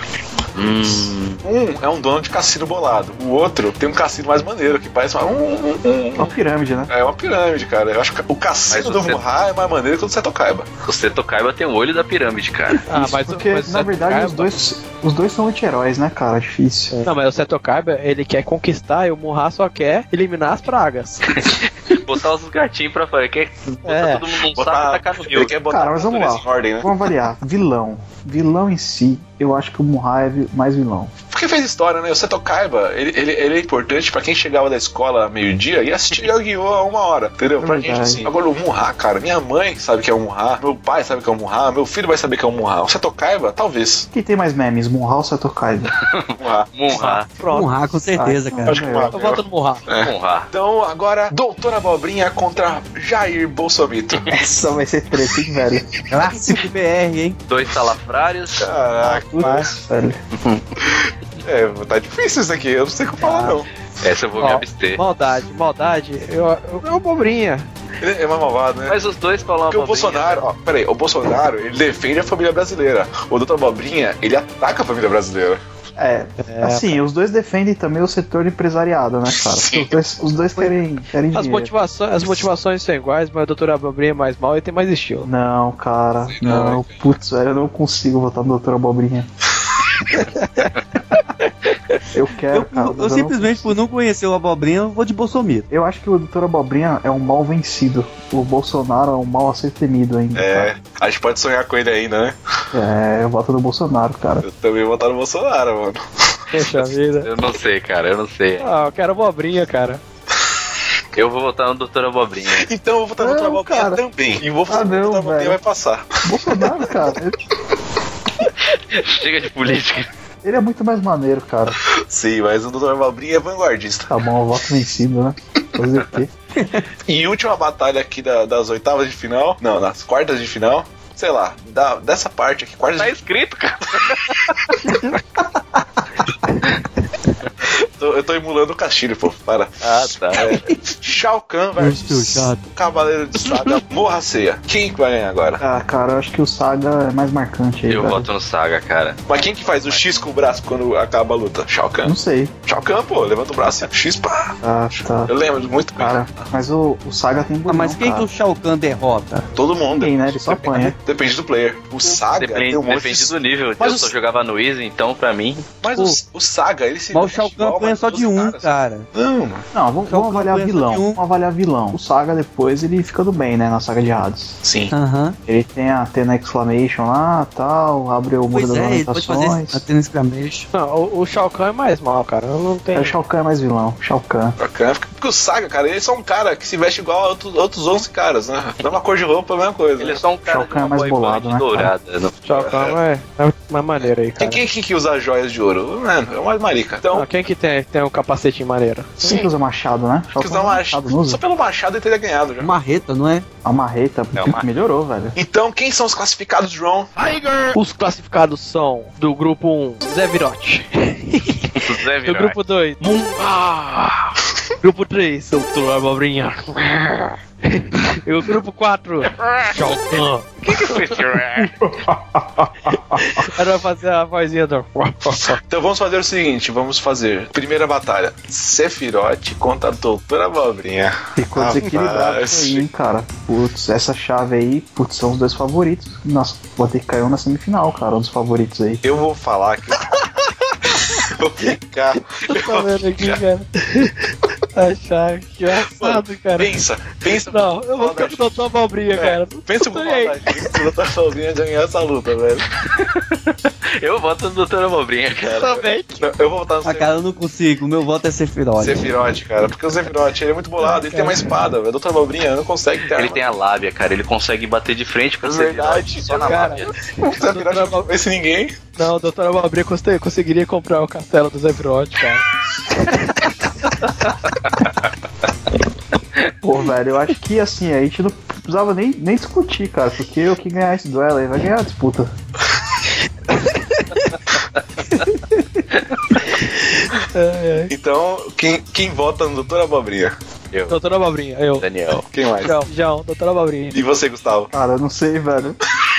Um é um dono de cassino bolado. O outro tem um cassino mais maneiro, que parece uma pirâmide, né? É uma pirâmide, cara. Eu acho que o cassino do Munra é mais maneiro que o do Seto Kaiba. O Seto Kaiba tem o olho da pirâmide, cara. Mas porque, na verdade, os dois são anti-heróis, né, cara? Difícil. Não, mas o Seto Kaiba, ele quer conquistar e o Munra só quer eliminar as pragas. Botar os gatinhos pra fora. Quer botar todo mundo num saco e tacar no rio. Cara, mas vamos lá. Ordem, né? Vamos avaliar. Vilão em si, eu acho que o Munra é mais vilão. Porque fez história, né? O Seto Kaiba, ele é importante pra quem chegava da escola meio-dia e assistia Yu-Gi-Oh! A 1 hora, entendeu? Pra gente, assim. Agora o Munra, cara, minha mãe sabe que é o Munra, meu pai sabe que é o Munra, meu filho vai saber que é o Munra. O Seto Kaiba, talvez. Quem tem mais memes, Munra ou Seto Kaiba? Munra. Munra, com certeza, cara. Acho que eu voto no Munra. Munra. Então, agora, Doutor Abobrinha contra Jair Bolsomito. Essa vai ser treta, hein, velho? Clássico BR, hein? 2 salafrários. Caraca, velho. Tá difícil isso aqui, eu não sei o que falar, não. Essa eu vou me abster. Maldade. Eu Abobrinha. Ele é mais malvado, né? Mas os dois falam porque o Bolsonaro, o Bolsonaro, ele defende a família brasileira. O Doutor Abobrinha, ele ataca a família brasileira. Assim, os dois defendem também o setor empresariado, né, cara? Os dois querem dinheiro. As motivações são iguais, mas o Dr. Abobrinha é mais mal e tem mais estilo. Não, cara, não. Putz, velho, eu não consigo votar no Dr. Abobrinha. Eu quero, eu simplesmente, por não conhecer o Abobrinha, eu vou de Bolsonaro. Eu acho que o Dr. Abobrinha é um mal vencido. O Bolsonaro é um mal a ser temido ainda. Cara. A gente pode sonhar com ele ainda, né? Eu voto no Bolsonaro, cara. Eu também vou votar no Bolsonaro, mano. Poxa vida. Eu não sei, cara, eu não sei. Eu quero Abobrinha, cara. Eu vou votar no Dr. Abobrinha. Então eu vou votar no Dr. Abobrinha também. E vou votar no Dr. Abobrinha vai passar. Bolsonaro, cara. Chega de política. Ele é muito mais maneiro, cara. Sim, mas o Dr. Abobrinha é vanguardista. Tá bom, eu voto vencido, né? Fazer o quê? E última batalha aqui das oitavas de final. Não, das quartas de final. Sei lá, dessa parte aqui. Quartas tá escrito, cara. Eu tô emulando o Castilho, pô. Para. Ah, tá. Shao Kahn versus Cavaleiro de Saga Morra Ceia. Quem vai ganhar agora? Ah, cara, eu acho que o Saga é mais marcante aí. Eu voto no Saga, cara. Mas quem que faz o X com o braço quando acaba a luta? Shao Kahn? Não sei. Shao Kahn, pô, levanta o braço e X, pá. Ah, tá. Eu lembro muito bem. Cara, mas o Saga tem bonão, mas quem que o Shao Kahn derrota? Todo mundo. Quem, né? Ele só apanha. Depende do player. O Saga tem um monte depende do nível. Mas eu só jogava no Easy, então pra mim... Mas o Saga, ele se... Mas o Shao Kahn apanha só de um, cara. Não, mano. Não, vamos avaliar vilão. Vamos avaliar vilão. O Saga depois ele fica do bem, né? Na saga de Hades. Sim. Ele tem a Athena Exclamation lá, tal, abre o muro das lamentações. Athena Exclamation. Não, o Shao Kahn é mais mal, cara. Eu não tenho... O Shao Kahn é mais vilão. Shao Kahn. Porque o Saga, cara, ele é só um cara que se veste igual a outros 11 caras, né? Dá uma cor de roupa, a mesma coisa. Ele é só um cara Shao Kahn é mais bolado, né? Dourada. Shao Kahn é mais maneiro aí, cara. Quem que usa joias de ouro? Mano, é uma marica. Então... quem que tem um capacetinho maneiro? Quem que usa machado, né? Que usa machado. Só pelo machado ele teria ganhado já. Marreta, não é? A marreta melhorou, velho. Então, quem são os classificados, João? Os classificados são do grupo 1, Zé Virote. Do grupo 2, Grupo 3, Doutor Abobrinha. E o grupo 4, Shao Kahn. Quem que fez Ela vai fazer a vozinha do... Então vamos fazer o seguinte, primeira batalha, Sephiroth contra a Doutora Abobrinha. Ficou desequilibrado isso aí, hein, cara. Putz, essa chave aí, são os dois favoritos. Nossa, vou ter que cair um na semifinal, cara, um dos favoritos aí. Eu vou falar que... Vou ficar... Tá vendo aqui, cara? Achar engraçado, cara. Pensa. Não, eu vou ficar com o Doutor Abobrinha, cara. Pensa uma maldade se o Doutor Abobrinha ganhar essa luta, velho. Eu voto no Doutor Abobrinha, cara. Também. Eu vou votar no Sephiroth. Cara, eu não consigo. O meu voto é Sephiroth. Sephiroth, cara. Porque o Sephiroth, ele é muito bolado. Ele tem uma espada, velho. O Doutor Abobrinha não consegue ter Ele tem a lábia, cara. Ele consegue bater de frente com o Sephiroth. Só na lábia. O Sephiroth não conhece ninguém. Não, o Doutor Abobrinha conseguiria comprar o castelo do Sephiroth, cara. Pô, velho, eu acho que assim, a gente não precisava nem discutir, cara, porque o que ganhar esse duelo aí vai ganhar a disputa. Então, quem vota no Doutor Abobrinha? Eu. Doutor Abobrinha, eu. Daniel. Quem mais? João, Doutor Abobrinha. E você, Gustavo? Cara, eu não sei, velho.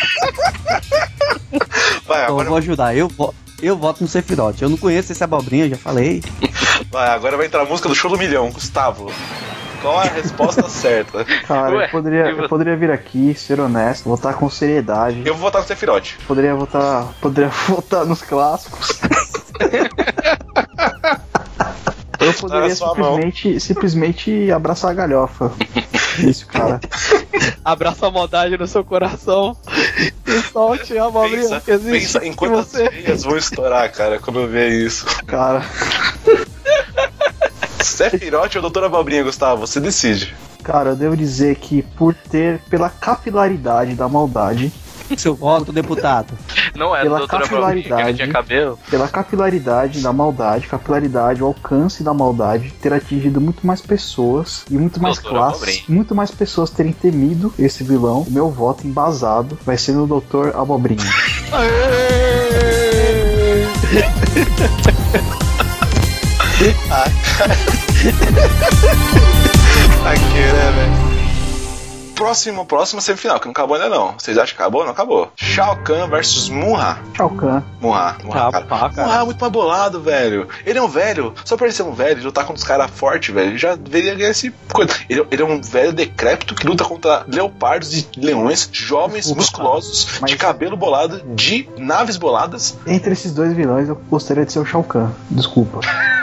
Vai, agora eu vou ajudar, eu voto no Sephiroth. Eu não conheço esse Abobrinha, já falei. Vai, agora vai entrar a música do Show do Milhão, Gustavo. Qual a resposta certa? Cara, eu poderia vir aqui, ser honesto, votar com seriedade. Eu vou votar no Sephiroth. Poderia votar nos clássicos. Eu poderia simplesmente abraçar a galhofa. Isso, cara. Abraça a maldade no seu coração e solte a abobrinha que existe. Pensa em quantas veias vão estourar, cara, quando eu ver isso. Cara. Sephiroth ou Doutor Abobrinha, Gustavo? Você decide. Cara, eu devo dizer que pela capilaridade da maldade... Seu voto, deputado. Não é do Doutor Abobrinha, que tinha cabelo. Pela capilaridade da maldade, o alcance da maldade, ter atingido muito mais pessoas e muito mais classes, muito mais pessoas terem temido esse vilão, o meu voto embasado vai ser no Doutor Abobrinha. Aqui, né, velho? Próxima semifinal, que não acabou ainda não. Vocês acham que acabou? Não acabou. Shao Kahn versus Munra. Shao Kahn. Munra, cara. Munra é muito mais bolado, velho. Ele é um velho, só por ele ser um velho, ele lutar contra os caras fortes, velho, ele já deveria ganhar esse coisa. Ele é um velho decrépito que luta contra leopardos e leões, jovens, musculosos, de cabelo bolado, de naves boladas. Entre esses dois vilões, eu gostaria de ser o Shao Kahn. Desculpa.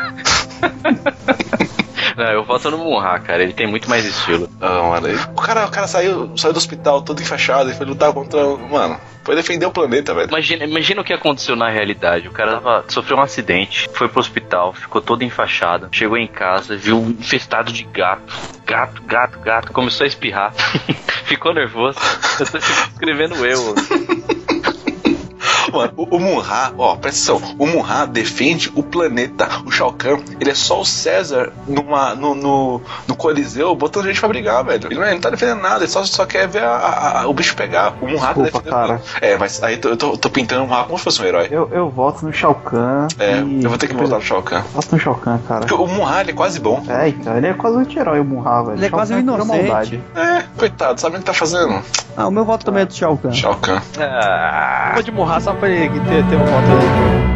Não, eu voto no Munra, cara. Ele tem muito mais estilo. Ah, mano. O cara saiu do hospital todo enfaixado e foi lutar contra... Mano, foi defender o planeta, velho. Imagina o que aconteceu na realidade. O cara sofreu um acidente, foi pro hospital, ficou todo enfaixado, chegou em casa, viu um infestado de gato, começou a espirrar. Ficou nervoso. Eu tô escrevendo eu. Mano, o Mun-Ra, ó, presta atenção, o Mun-Ra defende o planeta. O Shao Kahn, ele é só o César no Coliseu botando gente pra brigar, velho. Ele não tá defendendo nada, ele só quer ver o bicho pegar. O Mun-Ra tá defendendo. Cara. Mas aí eu tô pintando o Mun-Ra como se fosse um herói. Eu voto no Shao Kahn. Eu vou ter que votar no Shao Kahn. Voto no Shao Kahn, cara. Porque o Mun-Ra, ele é quase bom. Então, ele é quase um anti-herói, o Mun-Ra, velho. Ele é quase um inocente. Coitado, sabe o que tá fazendo? O meu voto também é do Shao Kahn. Shao Kahn. Vou de Mun-Ra só pra ele ter um voto ali.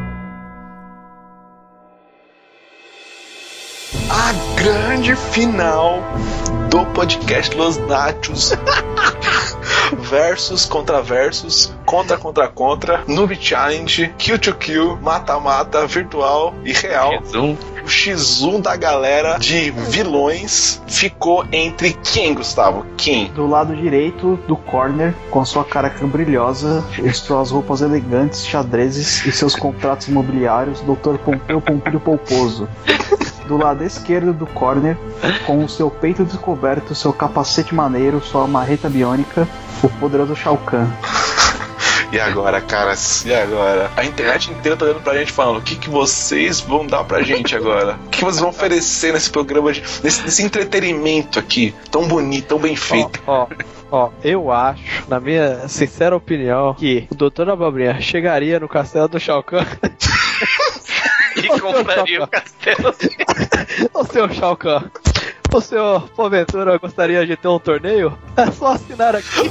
A grande final do podcast Los Nachos. Versus contra versus, contra, Noob Challenge, Kill to Kill, mata-mata, virtual e real. O X1 da galera de vilões ficou entre quem, Gustavo? Quem? Do lado direito do corner, com sua cara brilhosa, suas roupas elegantes, xadrezes e seus contratos imobiliários, Dr. Pompeu Pompilho Polposo. Do lado esquerdo do corner, com o seu peito descoberto, seu capacete maneiro, sua marreta biônica, o poderoso Shao Kahn. E agora, cara? E agora? A internet inteira tá olhando pra gente falando: o que vocês vão dar pra gente agora? O que vocês vão oferecer nesse programa, nesse entretenimento aqui, tão bonito, tão bem feito? Eu acho, na minha sincera opinião, que o Dr. Abobrinha chegaria no castelo do Shao Kahn e compraria o castelo. O seu Shao Kahn, o senhor, porventura, gostaria de ter um torneio? É só assinar aqui.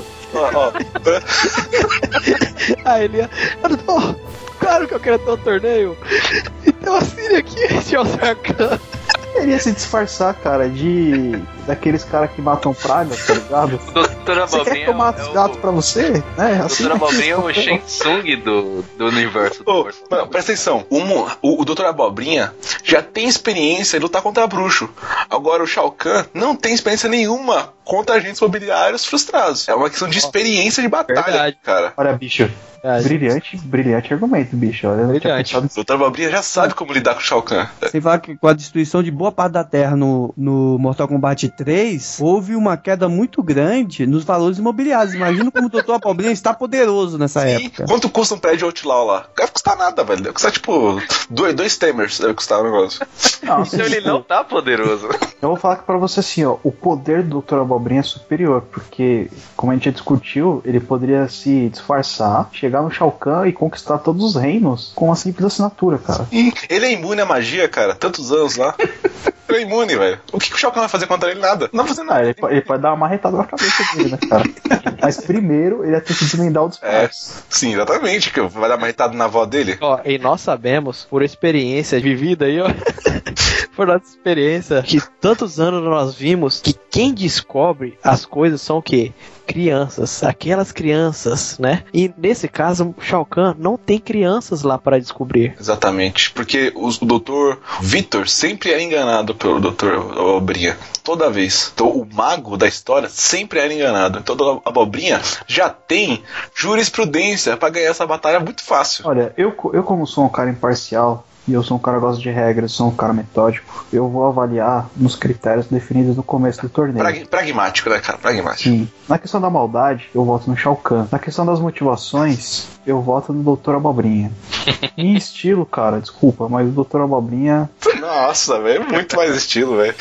Aí ele ia... Claro que eu quero ter um torneio. Então assine aqui, Shao Kahn. Ele ia se disfarçar, cara, daqueles caras que matam pragas, tá ligado? O Dr. Abobrinha. Você quer que eu mate os gatos pra você? O Dr. Abobrinha é o Shang Tsung do universo. Não, presta atenção. O Dr. Abobrinha já tem experiência em lutar contra bruxo. Agora o Shao Kahn não tem experiência nenhuma contra agentes imobiliários frustrados. É uma questão de experiência de batalha, verdade, cara. Olha, bicho. Brilhante argumento, bicho. Olha, brilhante. O Dr. Abobrinha já sabe como lidar com o Shao Kahn. Sem falar que com a destruição de boa parte da Terra no Mortal Kombat 3, houve uma queda muito grande nos valores imobiliários. Imagina como o Dr. Abobrinha está poderoso nessa época. Quanto custa um prédio Outlaw lá? Não deve custar nada, velho. Deve custar tipo dois Tamers. Deve custar o negócio. Então ele não tá poderoso. Eu vou falar pra você assim, ó. O poder do Dr. Abobrinha é superior, porque, como a gente já discutiu, ele poderia se disfarçar, chegar no Shao Kahn e conquistar todos os reinos com uma simples assinatura, cara. Ele é imune à magia, cara. Tantos anos lá. Ele é imune, velho. O que o Shao Kahn vai fazer contra ele? Nada. Não vai fazer nada. Ele pode dar uma marretada na cabeça dele, né, cara? Mas primeiro ele vai ter que desvendar o disfarce. Sim, exatamente. Que vai dar marretada na avó dele. E nós sabemos, por experiência vivida aí, ó. Por nossa experiência, que tantos anos nós vimos que quem descobre as coisas são o quê? Crianças, aquelas crianças, né? E nesse caso, o Shao Kahn não tem crianças lá para descobrir. Exatamente, porque o Dr. Victor sempre é enganado pelo Dr. Abobrinha, toda vez. Então o mago da história sempre era enganado. Então o Abobrinha já tem jurisprudência para ganhar essa batalha muito fácil. Olha, eu como sou um cara imparcial, e eu sou um cara que gosta de regras, sou um cara metódico, eu vou avaliar nos critérios definidos no começo do torneio. Pragmático, né, cara? Pragmático. Sim. Na questão da maldade, eu voto no Shao Kahn. Na questão das motivações, eu voto no Dr. Abobrinha. Em estilo, cara, desculpa, mas o Dr. Abobrinha... Nossa, velho, muito mais estilo, velho.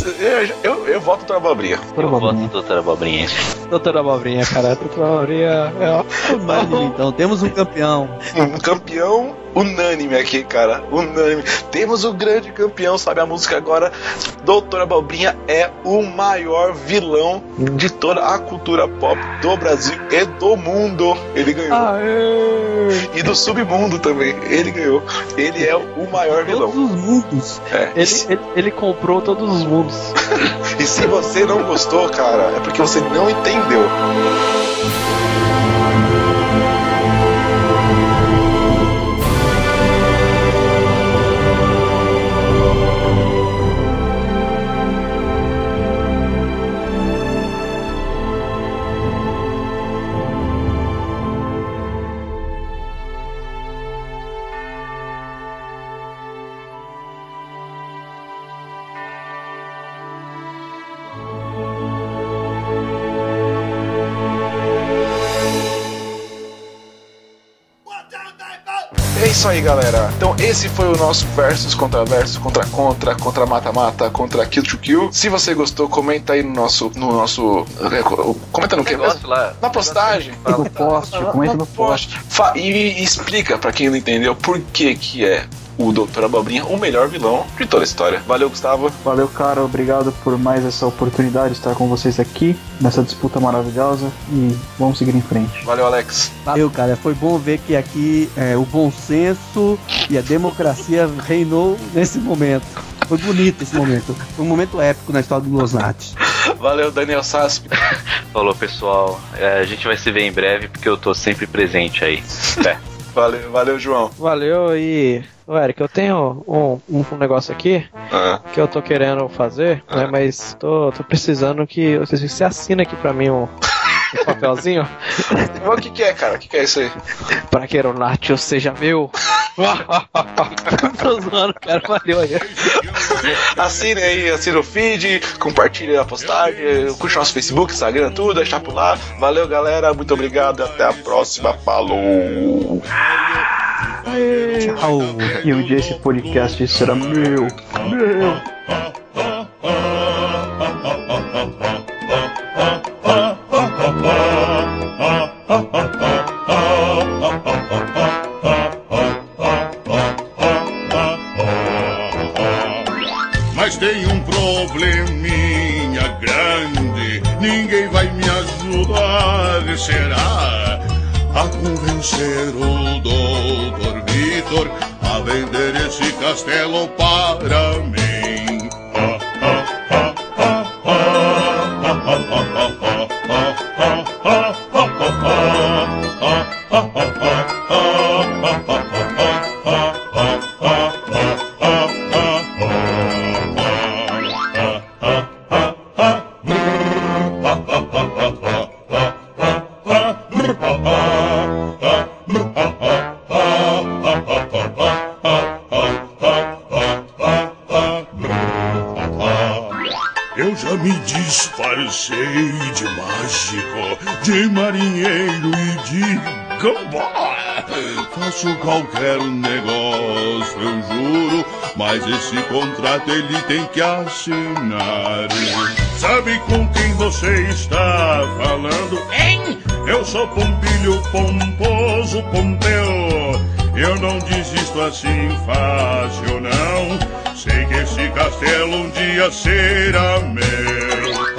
Eu voto no Dr. Abobrinha. Eu voto no Dr. Abobrinha. Dr. Abobrinha, cara. Dr. Abobrinha Então, temos um campeão. Um campeão unânime aqui, cara. Unânime. Temos o grande campeão, sabe a música agora? Dr. Abobrinha é o maior vilão de toda a cultura pop do Brasil e do mundo. Ele ganhou. Aê! E do submundo também. Ele ganhou. Ele é o maior vilão. Todos os mundos. Ele comprou todos os mundos. E se você não gostou, cara, é porque você não entendeu. é isso aí, galera. Então esse foi o nosso versus, contra mata-mata, contra kill to kill. Se você gostou, comenta aí no nosso comenta no que mesmo? Lá. Na postagem. No post, comenta no post. E explica pra quem não entendeu por que é o Dr. Abobrinha o melhor vilão de toda a história. Valeu, Gustavo. Valeu, cara. Obrigado por mais essa oportunidade de estar com vocês aqui nessa disputa maravilhosa e vamos seguir em frente. Valeu, Alex. Valeu, cara. Foi bom ver que aqui o bom senso e a democracia reinou nesse momento. Foi bonito esse momento. Foi um momento épico na história do Los Natis. Valeu, Daniel Sasp. Falou, pessoal. A gente vai se ver em breve porque eu tô sempre presente aí. Valeu, João. Valeu e... Eric, eu tenho um negócio aqui que eu tô querendo fazer, né? Mas tô precisando que você assina aqui pra mim um papelzinho. O que é, cara? O que é isso aí? Para que o Nacho seja meu. Tô zoando, cara. Valeu aí. Assine aí, assina o feed, compartilhe a postagem, curte nosso Facebook, Instagram, tudo, deixa por lá. Valeu, galera. Muito obrigado. Até a próxima. Falou. Tchau. E um dia esse podcast será meu. Mas tem um probleminha grande, ninguém vai me ajudar, será? A convencer o Dr. Vitor a vender esse castelo para mim. Eu já me disfarcei de mágico, de marinheiro e de gambá. Faço qualquer negócio, eu juro, mas esse contrato ele tem que assinar. Sabe com quem você está falando, hein? Eu sou Pompilho Pomposo Pompeu. Eu não desisto assim fácil, não. Sei que esse castelo um dia será meu.